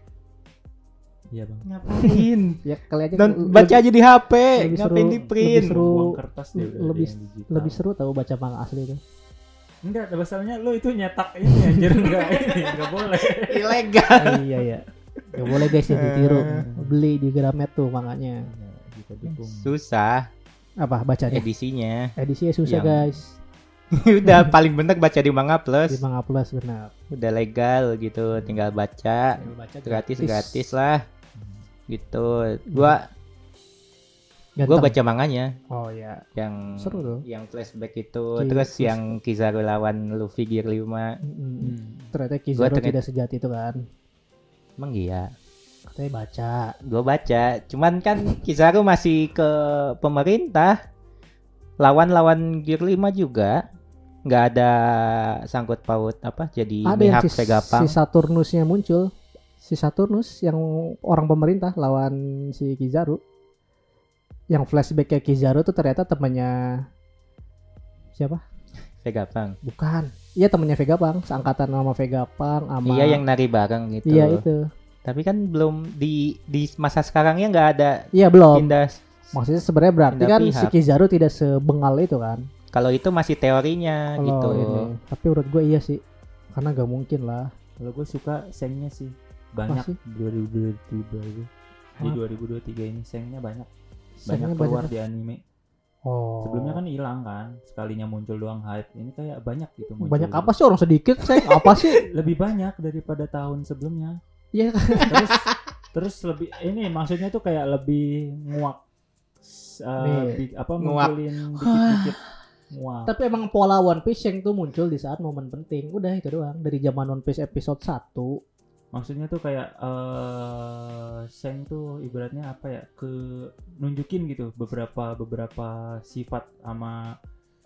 Iya, Bang. Ngapain? Ya kali aja Dan lebih- baca aja di H P, lebih ngapain seru- di print? lebih seru. Buang kertas deh udah lebih ada yang digital. lebih seru tahu baca manga asli itu. Enggak, masalahnya lu itu nyetak ini anjir enggak ini enggak boleh. Ilegal. Eh, iya ya. Gak boleh guys ya ditiru. Eh. Beli di Gramet tuh manganya. Ya, kita dukung. Susah Apa bacanya? edisinya. Edisinya susah Yang- guys. Udah paling bener baca di manga plus. Di manga plus benar. Udah legal gitu, tinggal baca. Tinggal baca Gratis gratis lah. Gitu. Gua gua Ganteng. baca manganya Oh ya. yang Seru tuh. yang flashback itu, Ki- terus flashback. yang Kizaru lawan Luffy Gear lima. Mm-mm. Hmm. Ternyata Kizaru ternyata- tidak sejati itu kan. Emang iya. Katanya baca. Gue baca, cuman kan Kizaru masih ke pemerintah. Lawan-lawan Gear lima juga nggak ada sangkut paut apa jadi Ada yang mihak si, Vegapunk. si Saturnusnya muncul. Si Saturnus yang orang pemerintah lawan si Kizaru. Yang flashbacknya Kizaru tuh ternyata temannya siapa? Vegapunk. Bukan. Iya temannya Vegapunk, seangkatan sama Vegapunk sama Iya yang nari bareng gitu. Iya itu. Tapi kan belum di di masa sekarangnya nggak ada Iya belum. pindah. Maksudnya sebenarnya berarti pindah kan si pihak. Kizaru tidak sebengal itu kan. Kalau itu masih teorinya Kalau gitu. ini. Tapi menurut gue iya sih. Karena gak mungkin lah. Kalau gue suka sengnya sih banyak Masih? dua ribu dua puluh tiga itu. Di Hah? dua ribu dua puluh tiga ini sengnya banyak. Sengnya Banyak keluar banyak. di anime. Oh. Sebelumnya kan hilang kan, sekalinya muncul doang hype. Ini kayak banyak gitu muncul. banyak apa sih orang sedikit saya apa sih? Lebih banyak daripada tahun sebelumnya. Iya kan. Terus terus lebih ini maksudnya tuh kayak lebih nguak uh, Nih. bi- apa Nguak. munculin dikit-dikit nguak. Tapi emang pola One Piece yang tuh muncul di saat momen penting. Udah itu doang dari zaman One Piece episode satu. Maksudnya tuh kayak eh Seng tuh ibaratnya apa ya, ke nunjukin gitu beberapa beberapa sifat sama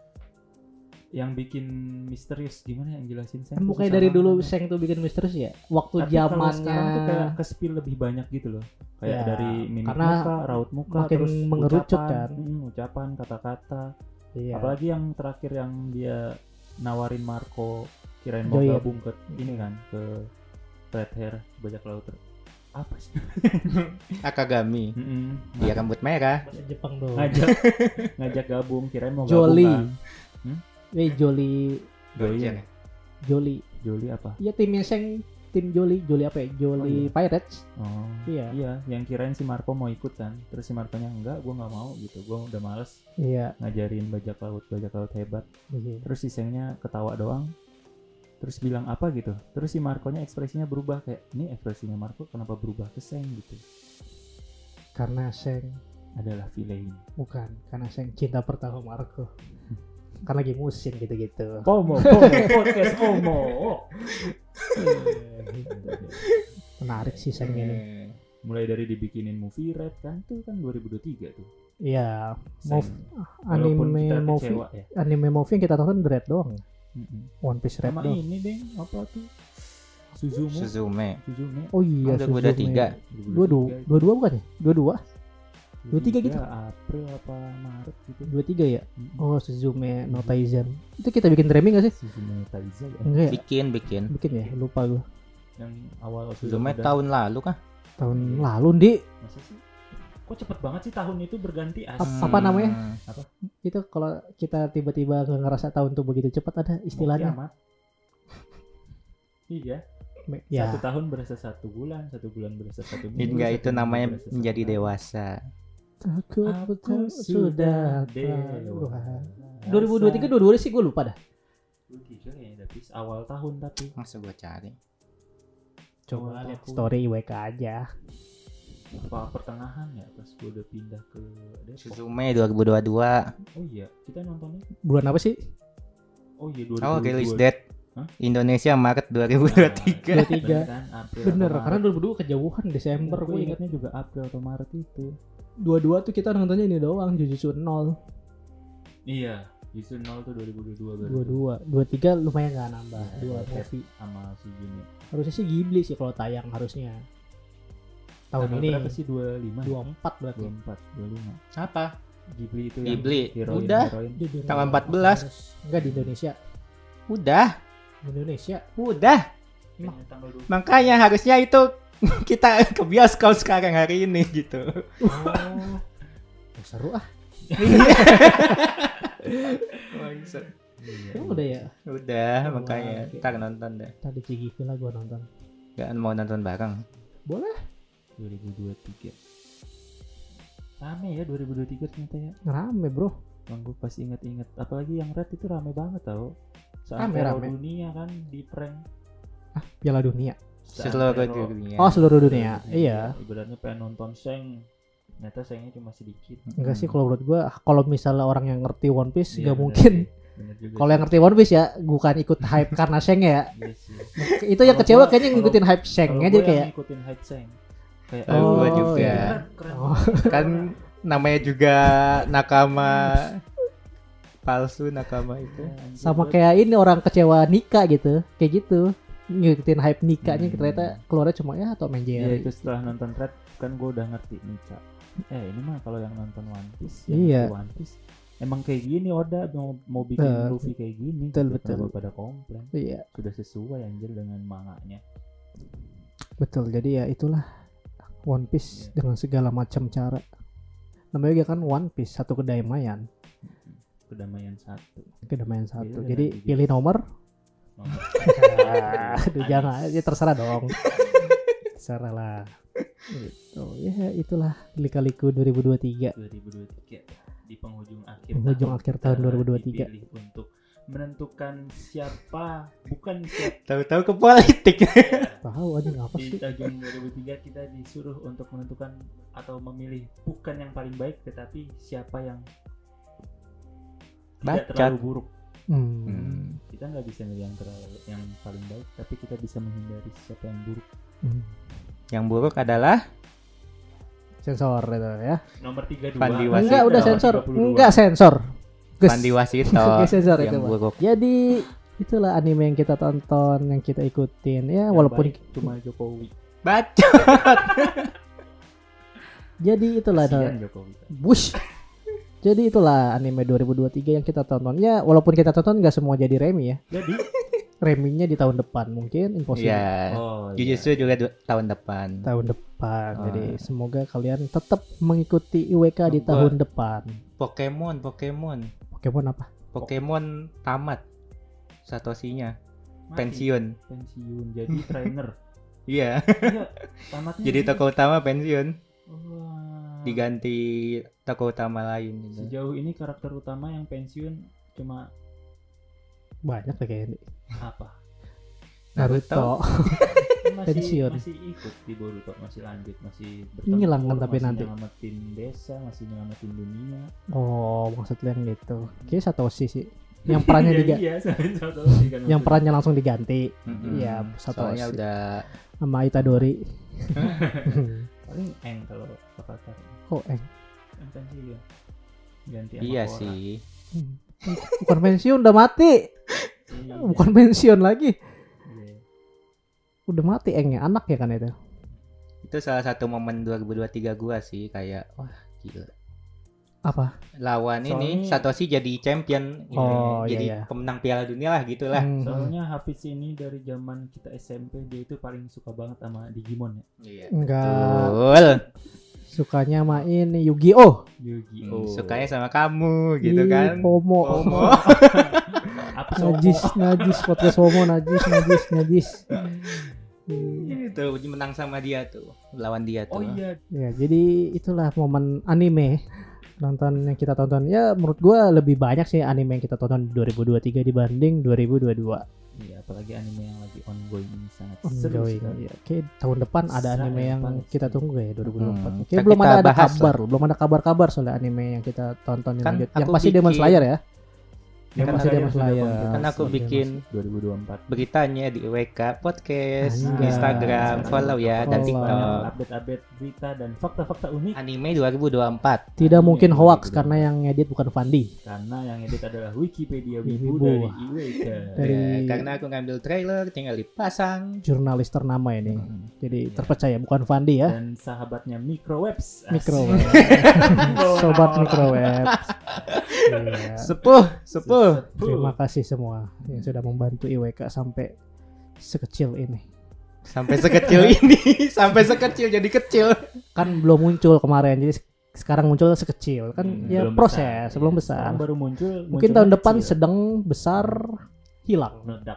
yang bikin misterius. Gimana yang jelasin Seng? Kan tuh bukannya susah dari banget. dulu Seng tuh bikin misterius ya. Waktu Tapi kalau zamannya sekarang tuh kayak ke spill lebih banyak gitu loh. Kayak Ya, dari mimik karena muka, raut muka, makin terus mengerucut ucapan, kan. mm, ucapan, kata-kata. iya. Apalagi yang terakhir yang dia nawarin Marco kirain mau Joyen. gabung ke ini kan, ke Red Hair bajak laut. Apa sih? Akagami. Mm-mm. Dia rambut merah. Bahasa Jepang dong. ngajak ngajak gabung, kirain mau Jolly. gabung kan. Eh Jolly Jolly. Jolly. Jolly apa? Iya timnya Seng tim Jolly, Jolly apa ya? Jolly Oh, iya. Pirates. Oh. Iya. Iya, yang kirain si Marco mau ikut kan. Terus si Marconya enggak, gua nggak mau gitu. Gua udah males Iya. ngajarin bajak laut, bajak laut hebat. Iya. Terus si Sengnya ketawa doang. Terus bilang apa gitu. Terus si Marconya ekspresinya berubah kayak, ini ekspresinya Marco kenapa berubah ke Seng gitu. Karena Seng Adalah villain. bukan, karena Seng cinta pertama Marco. Kan lagi musim gitu-gitu. Pomo, Pomo, podcast Pomo. Menarik sih Seng ini. Eh, Mulai dari dibikinin movie Red kan tuh kan dua ribu dua puluh tiga tuh. Iya, Seng. move Walaupun anime kita movie, kecewa ya. anime movie yang kita tonton Red doang. Mm-mm. One Piece Red Sama doang. ini deh, apa tuh? Suzume. Suzume. Suzume. Oh iya, Oh, dua ribu dua puluh tiga. Dua dua, dua dua bukan ya? Dua dua, dua tiga gitu. April apa Maret gitu. dua tiga ya. Mm-mm. Oh Suzume no Taizan. Itu kita bikin dreaming gak sih? Suzume Taiza ya. Enggak ya? Bikin, bikin. Bikin ya, lupa gue. Yang awal Suzume udah- tahun lalu kah? Tahun lalu Di. Masa sih? Kok cepet banget sih tahun itu berganti as. Ap- Apa namanya? Hmm, Itu kalau kita tiba-tiba nggak ngerasa tahun tuh begitu cepat ada istilahnya. Mau kiamat. Iya. Me- Ya. Satu tahun berasa satu bulan, satu bulan berasa satu minggu. Enggak, satu itu minggu namanya berasa satu menjadi tahun. dewasa. Aku, Aku betul sudah sudah dewasa. dua ribu dua puluh tiga dua ribu dua puluh sih gue lupa dah. dua ribu tiga kayaknya tapi awal tahun tapi. Masa gua cari. Coba Awal lihat tahun. story I W K aja. Apa pertengahan ya pas gue udah pindah ke Depok. Suzume dua ribu dua puluh dua. Oh iya, kita nontonnya. Bulan apa sih? Oh iya dua ribu Oh, dua puluh dua. release date. Hah? Indonesia Maret dua ribu dua puluh tiga. dua puluh tiga. Bener kan? April Bener, atau karena Maret. dua ribu dua kejauhan Desember Gue gue ingat. ingatnya juga April atau Maret itu. Dua-dua tuh kita nontonnya ini doang, Jujutsu nol. Iya, justru nol tuh dua ribu dua puluh dua baru. Dua-dua, dua tiga lumayan nggak nambah. Iya, Dua Red movie. sama si Juni. Harusnya sih Ghibli sih kalau tayang harusnya. Tahun Tanggal ini berapa sih dua puluh lima? dua puluh empat berarti. dua puluh empat, dua puluh lima. Apa? Ghibli itu Ghibli. yang heroin, Udah. heroin. Di dunia Tanggal empat belas. Enggak di Indonesia. Udah, Di Indonesia. udah. Kayaknya tanggal dua puluh. Makanya harusnya itu kita ke bioskop sekarang hari ini gitu. Oh. Oh, seru ah. Iya. Emang udah ya? Udah, Wah, makanya oke. ntar nonton deh. Tadi C G V lah gua nonton. Gak mau nonton bareng. Boleh. dua ribu dua puluh tiga. Rame ya dua ribu dua puluh tiga ternyata ya. Rame, Bro. Bang gue pas inget-inget, apalagi yang Red itu rame banget tau. Rame, Seantero rame. dunia kan di prank. Ah, Piala Dunia. Seluruh Seantero- dunia. Oh, seluruh dunia. Iya. Ibaratnya pengen nonton Seng, ternyata Sengnya cuma sedikit. Enggak sih kalau menurut gua kalau misalnya orang yang ngerti One Piece Iya, nggak bener mungkin. sih, bener juga Kalau sih. yang ngerti One Piece ya bukan ikut hype karena Sheng ya. Iya sih. Itu yang Kalau kecewa gua- kayaknya kalau- ngikutin hype Sheng Kalau aja gua yang kayak. ngikutin hype Seng. Kayak Oh, gua juga. iya. keren, keren. Oh. Kan namanya juga nakama palsu nakama itu. Anjir, Sama gua- kayak ini orang kecewa Nika gitu. Kayak gitu. Ngikutin hype Nikanya Hmm. ternyata keluarnya cuma ya atau main Iya Jerry. itu setelah nonton Red kan gue udah ngerti Nica. Eh ini mah kalau yang nonton One Piece, yang Iya. ngerti One Piece emang kayak gini Oda mau mau bikin Eh, Luffy kayak gini. betul, gitu. betul. Kenapa pada komplain? Iya, Sudah sesuai anjir dengan manganya. betul. Jadi ya itulah One Piece Iya. dengan segala macam cara. Namanya juga kan One Piece, satu kedamaian. Kedamaian satu. Kedamaian satu. Iya, Jadi nanti pilih nomor. Nomor. Aduh, jangan, ya terserah dong. Terserah lah. Gitu. Ya itulah Lika-Liku dua ribu dua puluh tiga. dua ribu dua puluh tiga di penghujung akhir Penghujung tahun akhir kita tahun dua ribu dua puluh tiga. dipilih untuk menentukan siapa bukan siapa Tahu-tahu ke politik. Tahu aja apa di sih? tahun dua ribu tiga kita disuruh untuk menentukan atau memilih bukan yang paling baik tetapi siapa yang tidak Bacot. terlalu buruk. Hmm. Hmm. Kita nggak bisa milih yang terlalu yang paling baik tapi kita bisa menghindari siapa yang buruk. Hmm. Yang buruk adalah Sensor itu ya. Nomor tiga puluh dua. Fandi Wasito. Enggak, udah Nomor sensor. tiga puluh dua. Enggak sensor. Gus. Fandi Wasito. Oke, sensor itu, Yang Pak. buruk. Jadi itulah anime yang kita tonton, yang kita ikutin ya, Yang walaupun baik cuma Jokowi. Baca. jadi itulah ada Kasihan Jokowi. Bush. Jadi itulah anime dua ribu dua puluh tiga yang kita tonton. Ya, walaupun kita tonton nggak semua jadi Remi ya. Jadi Reminya di tahun depan mungkin impossible. Iya. oh Jujutsu juga du- tahun depan. Tahun depan. Oh. Jadi semoga kalian tetap mengikuti I W K di Gua- tahun depan. Pokemon, Pokemon. Pokemon apa? Pokemon tamat Satoshinya. Mati. pensiun. Pensiun jadi trainer. Iya. Iya, tamatnya Jadi gitu. tokoh utama pensiun, Wah. diganti tokoh utama lain gitu. Sejauh ini karakter utama yang pensiun cuma Banyak lah kayaknya. apa? Naruto. masih, Pensiun. masih ikut di Boruto, masih lanjut, masih Ngilang kan tapi masih nanti. nyelamatin desa, masih nyelamatin dunia. Oh, maksudnya yang gitu. Kayaknya Satoshi sih. Yang perannya Iya, diganti. iya, Satoshi kan Yang maksudnya. perannya langsung diganti. Mm-mm. Iya, Soalnya Satoshi. udah Sama Itadori. paling eng kalau Avatar. Kok eh Yang pensiun. Ganti sama iya Korra. sih. bukan pensiun udah mati. Iya. Bukan pensiun lagi. Iya. Udah mati engnya anak ya kan itu. Itu salah satu momen dua ribu dua puluh tiga gua sih, kayak wah gila. Apa? Lawan ini Soalnya- Satoshi jadi champion, gitu. Oh, jadi iya, iya. pemenang Piala Dunia lah gitulah. Hmm. Soalnya Hafiz ini dari zaman kita S M P dia itu paling suka banget sama Digimon ya. Iya. Enggak Betul. sukanya main Yu-Gi-Oh. Yu-Gi-Oh. Hmm, sukanya sama kamu gitu Ih, kan. Pomo. Pomo. Apa Somo? Najis, najis, podcast Pomo, najis, najis, najis. Itu menang sama dia tuh, lawan dia tuh. Oh iya, Ya, jadi itulah momen anime nonton yang kita tonton. Ya, menurut gua lebih banyak sih anime yang kita tonton di dua ribu dua puluh tiga dibanding dua ribu dua puluh dua. iya apalagi anime yang lagi ongoing ini sangat seru Ongoing. sekali. Ya, kayak tahun depan ada Sangat anime yang panas. kita tunggu ya dua ribu dua puluh empat. Hmm, Kayak kita belum ada ada bahas kabar, belum ada kabar-kabar soal anime yang kita tonton yang Kan lanjut. Yang aku pasti Demon bikin- Slayer ya. Yang Kan pasti saya Demon sudah Slayer. konfirmasi. Kan aku Masih, bikin dua ribu dua puluh empat. beritanya di W K Podcast, Anjay. di Instagram, follow ya, dan Follow. TikTok. Update-update berita dan fakta-fakta unik Anime dua ribu dua puluh empat. Tidak Anime mungkin dua ribu hoax dua puluh karena yang ngedit bukan Fandi. karena yang edit adalah Wikipedia Wibu Wibu. dari I W K. Dari- Ya, karena aku ngambil trailer, tinggal dipasang. Jurnalis ternama ini. Hmm. Jadi Iya. terpercaya bukan Fandi ya. Dan sahabatnya Microwebs. Asik. Microweb. Sobat Microweb. Iya. Sepuh, sepuh. Terima kasih semua yang sudah membantu I W K sampai sekecil ini. Sampai sekecil ini, sampai sekecil jadi kecil. Kan belum muncul kemarin, jadi sek- sekarang muncul sekecil. Kan Hmm, ya belum proses, besar, belum iya. besar. Sekarang baru muncul. Mungkin munculnya tahun depan kecil. sedang, besar, hilang. meledak.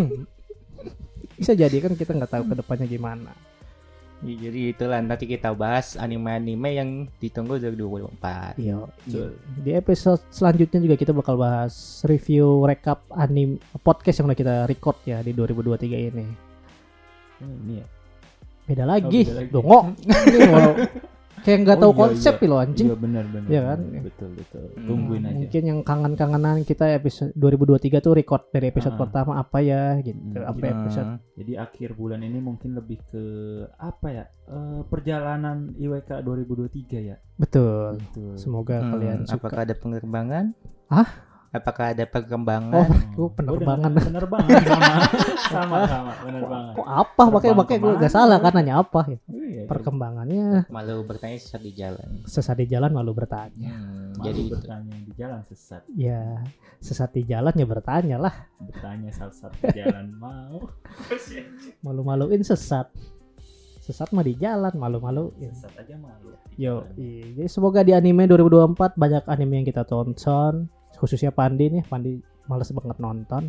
Bisa jadi kan kita nggak tahu ke depannya gimana. Ya, jadi itulah nanti kita bahas anime-anime yang ditunggu dari dua ribu dua puluh empat. Iya. Betul. Di episode selanjutnya juga kita bakal bahas review recap anime podcast yang udah kita record ya di dua ribu dua puluh tiga ini. Hmm, ini ya. Beda lagi, beda lagi. dongok. Ini walau kayak nggak Oh, tahu iya, konsep iya. lo anjing. Iya benar benar. Iya kan? benar. Betul betul. Hmm. Tungguin aja. Mungkin yang kangen-kangenan kita episode dua ribu dua puluh tiga tuh record dari episode Ah. pertama apa ya gitu Hmm, sampai Hmm. episode Jadi akhir bulan ini mungkin lebih ke apa ya? eh, perjalanan I W K dua ribu dua puluh tiga ya. betul. Betul. Semoga Hmm, kalian suka. apakah ada pengembangan? Hah? Apakah ada Oh, perkembangan? gue penerbangan. Oh, penerbangan sama sama sama penerbangan. Kok apa? Makanya Terbang makanya gue kemana? gak salah kan nanya apa ya. Iya, Perkembangannya Malu bertanya sesat di jalan. sesat di jalan malu bertanya. Hmm, Malu jadi itu. bertanya di jalan sesat, Ya sesat di jalan ya bertanya lah. bertanya sesat di jalan mau. Malu-maluin sesat. Sesat mah di jalan malu-maluin. Sesat aja malu. Yo, iya. Jadi semoga di anime dua ribu dua puluh empat banyak anime yang kita tonton, khususnya Pandi nih, Pandi males banget nonton.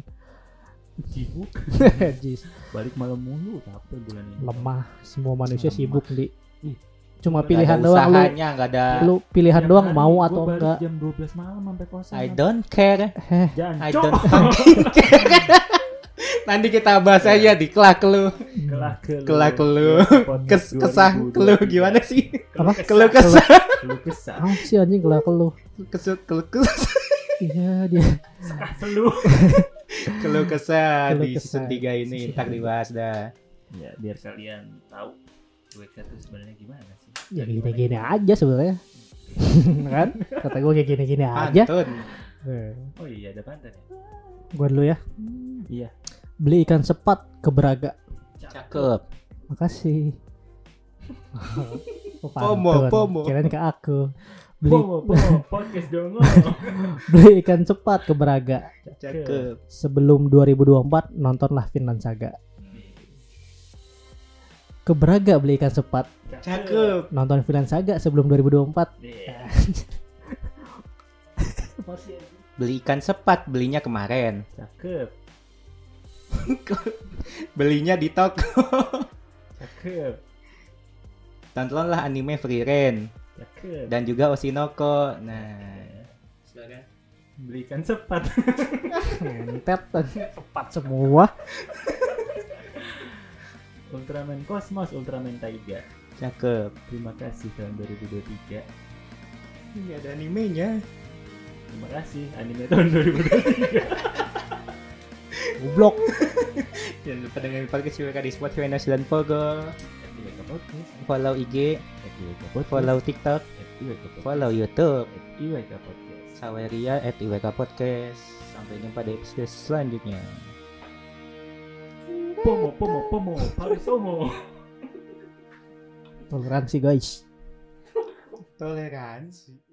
Sibuk, Jis, balik malam mulu, capek bulan ini. lemah, semua manusia Lemah. sibuk di Ih, cuma Nggak pilihan ada doang lu, usahanya, nggak ada. lu pilihan Tiap doang hari mau gua atau balik enggak. Jam dua belas malam sampai kosan. I don't care. Heh, Jangan I cok. don't care. Nanti kita bahas aja di kelak lu. Kelah kelu. Kelak lu. Kes kesah lu gimana sih? apa? Keluh kesah. Keluh kesah. Ah sih anjing gelak lu. Kesuk keluh kesah. Iya dia. Sekah keluh. Keluh kesah Keluh di kesah. season tiga ini ntar dibahas dah. Ya, biar kalian tahu W K itu sebenarnya gimana sih? Ya Dari gini-gini aja sebenarnya. Kan? Kata gue kayak gini-gini aja. Pantun. Eh, mana? Oh iya, ada pantan ya? gua dulu ya. Iya. Beli ikan sepat ke Braga. Cakep. Makasih. Oh, Pomo, pantun. pomo. Kirain ke aku. Beli Pomo, pomo, podcast dong. beli ikan cepat ke Braga. Cakep. Sebelum dua ribu dua puluh empat nontonlah Vinland Saga. Ke Braga beli ikan cepat. Cakep. Nonton Vinland Saga sebelum dua ribu dua puluh empat. Iya. Beli ikan sepat belinya kemarin. Cakep. Belinya di toko. Cakep. Tontonlah anime Frieren Cakep. dan juga Oshinoko. Nah, silakan. Belikan sepat. Ngentet tepat semua. Ultraman Cosmos, Ultraman Taiga. Cakep. Terima kasih tahun dua ribu dua puluh tiga. Ini ada animenya. Terima kasih anime tahun dua ribu dua puluh tiga. Goblok. Jangan lupa dengan podcast I W K di Spotify dan Pogo. I W K Podcast, Follow I G, I W K Podcast, follow TikTok, I W K Podcast, follow YouTube. I W K Podcast. Saweria at I W K Podcast. Sampai jumpa di episode selanjutnya. Pomo, pomo, pomo, parisomo. Toleransi guys. Toleransi.